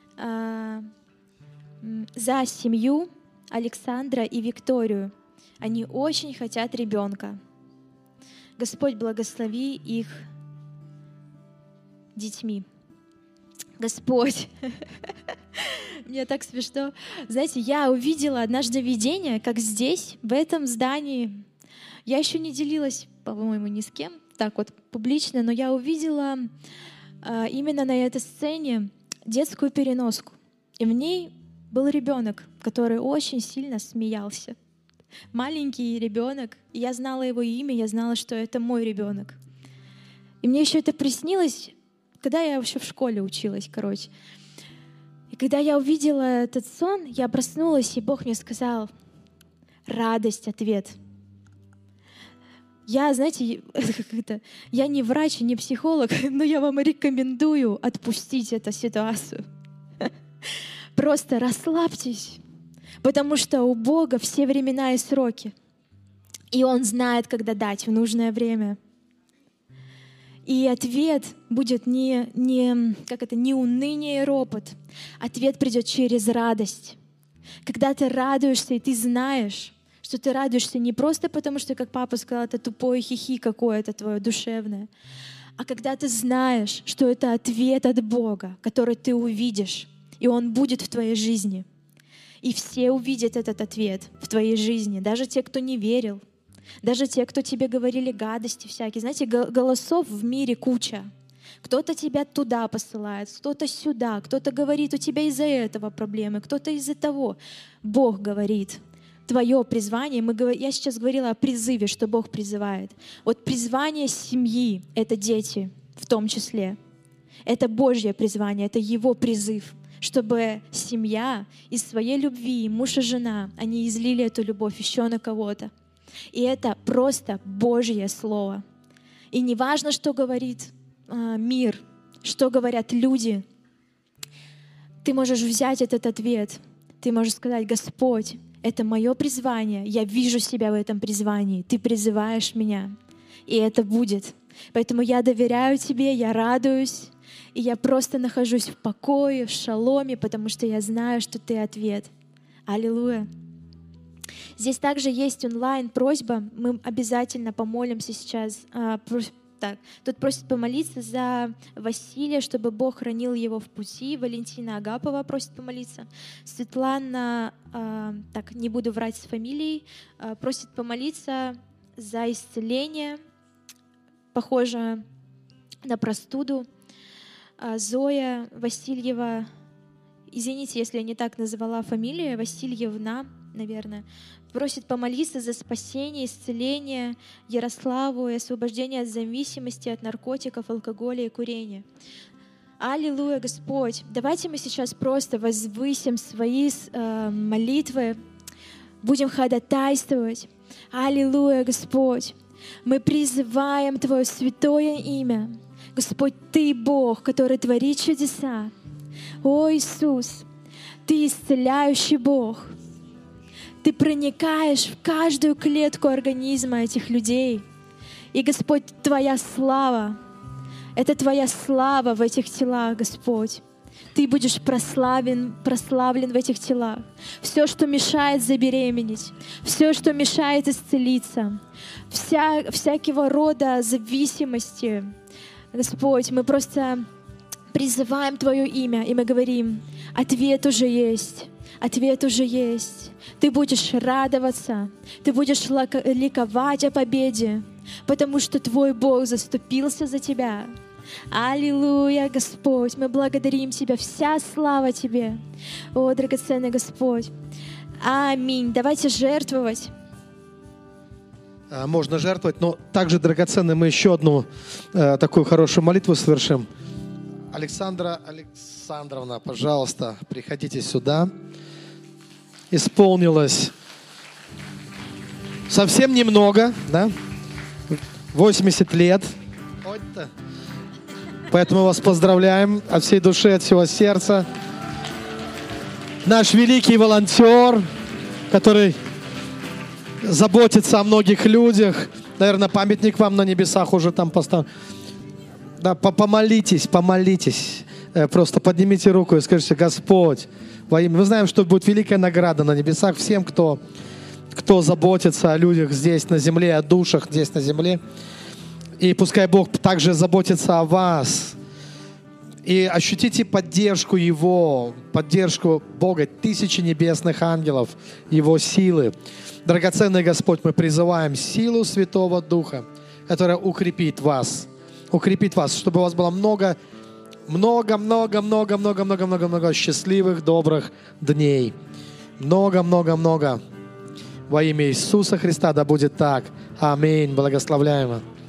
за семью Александра и Викторию. Они очень хотят ребенка. Господь, благослови их детьми. Господь, мне так смешно. Знаете, я увидела однажды видение, как здесь, в этом здании, я еще не делилась, по-моему, ни с кем, так вот публично, но я увидела именно на этой сцене детскую переноску. И в ней был ребенок, который очень сильно смеялся. Маленький ребенок. И я знала его имя, я знала, что это мой ребенок. И мне еще это приснилось, когда я еще в школе училась, И когда я увидела этот сон, я проснулась, и Бог мне сказал: радость, ответ. Я, знаете, я не врач, не психолог, но я вам рекомендую отпустить эту ситуацию. Просто расслабьтесь, потому что у Бога все времена и сроки. И Он знает, когда дать в нужное время. И ответ будет не уныние и ропот. Ответ придет через радость. Когда ты радуешься, и ты знаешь, что ты радуешься не просто потому, что, как папа сказал, это тупое хихи какое-то твое душевное, а когда ты знаешь, что это ответ от Бога, который ты увидишь, и Он будет в твоей жизни. И все увидят этот ответ в твоей жизни, даже те, кто не верил, даже те, кто тебе говорили гадости всякие. Знаете, голосов в мире куча. Кто-то тебя туда посылает, кто-то сюда, кто-то говорит, у тебя из-за этого проблемы, кто-то из-за того. Бог говорит, твое призвание, я сейчас говорила о призыве, что Бог призывает. Вот призвание семьи — это дети в том числе. Это Божье призвание, это Его призыв, чтобы семья из своей любви, муж и жена, они излили эту любовь еще на кого-то. И это просто Божье Слово. И не важно, что говорит мир, что говорят люди. Ты можешь взять этот ответ, ты можешь сказать: Господь, это мое призвание, я вижу себя в этом призвании, Ты призываешь меня, и это будет. Поэтому я доверяю Тебе, я радуюсь, и я просто нахожусь в покое, в шаломе, потому что я знаю, что Ты ответ. Аллилуйя. Здесь также есть онлайн-просьба. Мы обязательно помолимся сейчас. Тут просят помолиться за Василия, чтобы Бог хранил его в пути. Валентина Агапова просит помолиться. Светлана, не буду врать с фамилией, просит помолиться за исцеление, похоже на простуду. Зоя Васильева, извините, если я не так назвала фамилию, Васильевна, наверное, просит помолиться за спасение, исцеление Ярославу и освобождение от зависимости от наркотиков, алкоголя и курения. Аллилуйя, Господь! Давайте мы сейчас просто возвысим свои молитвы, будем ходатайствовать. Аллилуйя, Господь! Мы призываем Твое святое имя. Господь, Ты Бог, который творит чудеса. О, Иисус, Ты исцеляющий Бог. Ты проникаешь в каждую клетку организма этих людей. И, Господь, Твоя слава, это Твоя слава в этих телах, Господь. Ты будешь прославлен в этих телах. Все, что мешает забеременеть, все, что мешает исцелиться, всякого рода зависимости, Господь, мы просто призываем Твое имя, и мы говорим: ответ уже есть. Ответ уже есть. Ты будешь радоваться, ты будешь ликовать о победе, потому что Твой Бог заступился за тебя. Аллилуйя, Господь, мы благодарим Тебя, вся слава Тебе. О, драгоценный Господь. Аминь. Давайте жертвовать.
Можно жертвовать, но также, драгоценный, мы еще одну такую хорошую молитву совершим. Александровна, пожалуйста, приходите сюда. Исполнилось совсем немного, да? 80 лет. Поэтому вас поздравляем от всей души, от всего сердца. Наш великий волонтер, который заботится о многих людях. Наверное, памятник вам на небесах уже там поставлен. Да, помолитесь. Просто поднимите руку и скажите: Господь, во имя... Мы знаем, что будет великая награда на небесах всем, кто заботится о людях здесь на земле, о душах здесь на земле. И пускай Бог также заботится о вас. И ощутите поддержку Его, поддержку Бога, тысячи небесных ангелов, Его силы. Драгоценный Господь, мы призываем силу Святого Духа, которая укрепит вас, чтобы у вас было много счастливых, добрых дней. Много. Во имя Иисуса Христа да будет так. Аминь. Благословляемо.